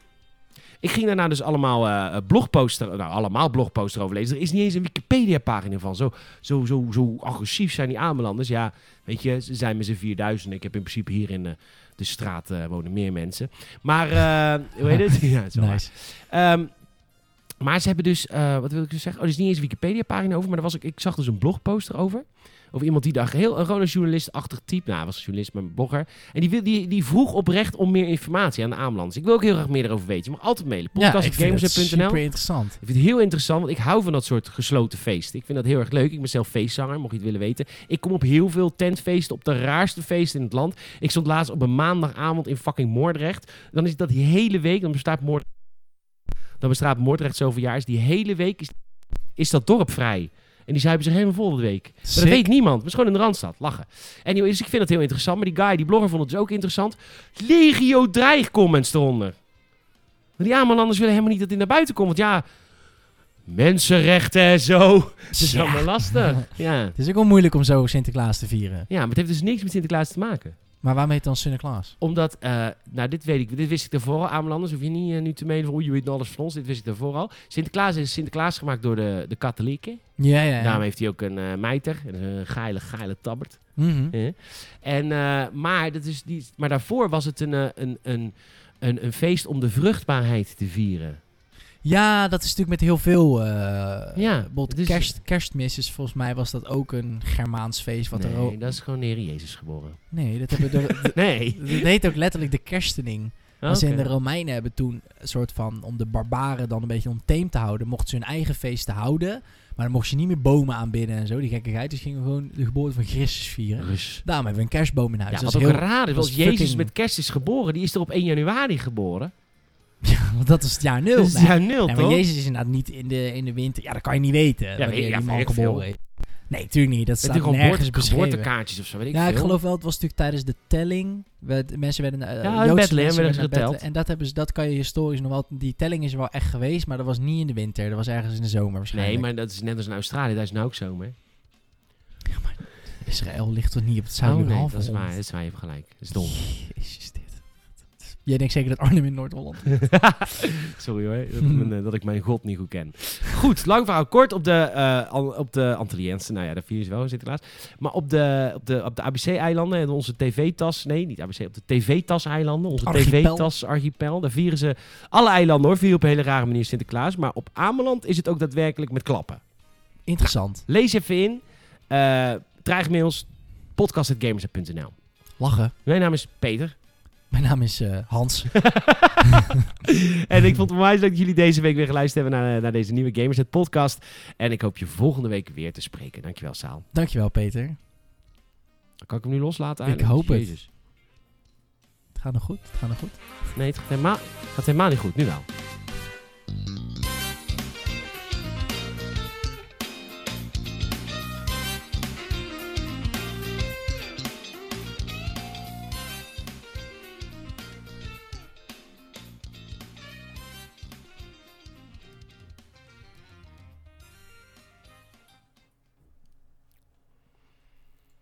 Ik ging daarna dus allemaal uh, blogposter, nou allemaal blogposter over lezen. Er is niet eens een Wikipedia-pagina van. Zo, zo, zo, zo agressief zijn die Amelanders. Ja, weet je, ze zijn met z'n vierduizend. Ik heb in principe hier in uh, de straat uh, wonen meer mensen. Maar, uh, hoe heet het? Ja, het is wel Nice. waar. Um, maar ze hebben dus, uh, wat wil ik dus zeggen? Oh, er is niet eens een Wikipedia-pagina over, maar er was ik, ik zag dus een blogposter over. Over iemand die daar heel, gewoon een journalist-achtig type, nou, hij was een journalist, maar een blogger. En die, wil, die, die vroeg oprecht om meer informatie aan de Amelanders. Ik wil ook heel graag meer erover weten. Je mag altijd mailen. Ja, ik vind het podcast punt n l. super interessant. Ik vind het heel interessant, want ik hou van dat soort gesloten feesten. Ik vind dat heel erg leuk. Ik ben zelf feestzanger, mocht je het willen weten. Ik kom op heel veel tentfeesten, op de raarste feesten in het land. Ik stond laatst op een maandagavond in fucking Moordrecht. Dan is dat die hele week, dan bestaat Moordrecht, dan bestaat Moordrecht zoveel jaar, is die hele week is, is dat dorp vrij. En die zuipen zich helemaal vol de week. Maar Sick. dat weet niemand. Het is gewoon in de Randstad. Lachen. En dus ik vind het heel interessant. Maar die guy, die blogger, vond het dus ook interessant. Legio dreigcomments eronder. Maar die Amelanders willen helemaal niet dat dit naar buiten komt. Want ja, mensenrechten en zo. Dat is Ja. allemaal lastig. Ja. Het is ook wel moeilijk om zo Sinterklaas te vieren. Ja, maar het heeft dus niks met Sinterklaas te maken. Maar waarom heet het dan Sinterklaas? Omdat, uh, nou dit weet ik, dit wist ik daarvoor al, Amelanders, hoef je niet uh, nu te mailen van, oeh, je weet alles van ons, dit wist ik daarvoor al. Sinterklaas is Sinterklaas gemaakt door de, de katholieken. Ja, ja, ja. Daarom heeft hij ook een uh, mijter, een geile, geile tabbert. Mhm. Eh? En, uh, maar, dat is die, maar daarvoor was het een, uh, een, een, een, een feest om de vruchtbaarheid te vieren. Ja, dat is natuurlijk met heel veel... Uh, Ja, bijvoorbeeld dus- kerst, kerstmis is volgens mij was dat ook een Germaans feest. Wat er ook, Nee, dat is gewoon de Heer Jezus geboren. nee, dat hebben de, de- Nee. dat heet ook letterlijk de kerstening. Als Oké. in de Romeinen hebben toen een soort van, om de barbaren dan een beetje ontheemd te houden, mochten ze hun eigen feesten houden. Maar dan mocht je niet meer bomen aanbidden en zo, die gekkigheid. Dus gingen we gewoon de geboorte van Christus vieren. Rus. Daarom hebben we een kerstboom in huis. Ja, dat wat is ook heel, raar is, dat want is Jezus fucking- met kerst is geboren, die is er op één januari geboren. ja, want dat is het jaar nul. Dat is Nee. jaar nul, Ja, toch? maar Jezus is inderdaad niet in de, in de winter. Ja, dat kan je niet weten. weet- wanneer ja, die man weet ik geboren veel. is. Nee, natuurlijk niet. Dat Het staat is gewoon nergens geboorte, beschreven. geboortekaartjes of zo, weet ik Ja, veel. ik geloof wel, het was natuurlijk tijdens de telling. Werd, mensen werden, uh, Ja, in Joodse Bethlehem mensen werden ze naar geteld. Bethlehem. En dat, hebben ze, dat kan je historisch nog wel... Die telling is er wel echt geweest, maar dat was niet in de winter. Dat was ergens in de zomer waarschijnlijk. Nee, maar dat is net als in Australië, daar is nou ook zomer. Israël ligt toch niet op het Oh zuidelijke nee, halfrond? dat is waar, dat is waar, je hebt gelijk. Dat is dom. Jezus, dit. Jij denkt zeker dat Arnhem in Noord-Holland... Sorry hoor, dat, mijn, eh, dat ik mijn god niet goed ken. Goed, lang verhaal kort. Op de, uh, al, op de Antilliënse, nou ja, daar vieren ze wel Sinterklaas. Maar op de, op de, op de A B C-eilanden en onze tv-tas... Nee, niet A B C, op de tv-tas-eilanden. Onze Archipel. tv-tas-archipel. Daar vieren ze alle eilanden hoor. Vieren op een hele rare manier Sinterklaas. Maar op Ameland is het ook daadwerkelijk met klappen. Interessant. Nou, lees even in. Uh, dreigmails, podcast at gamerset punt n l. Lachen. Mijn naam is Peter. Mijn naam is uh, Hans. En ik vond het onwijs leuk dat jullie deze week weer geluisterd hebben naar, naar deze nieuwe Gamerset podcast. En ik hoop je volgende week weer te spreken. Dankjewel, Saal. Dankjewel, Peter. Kan ik hem nu loslaten Ik eigenlijk? hoop Jezus. het. Het gaat nog goed. Het gaat nog goed. Nee, het gaat helemaal, het gaat helemaal niet goed. Nu wel.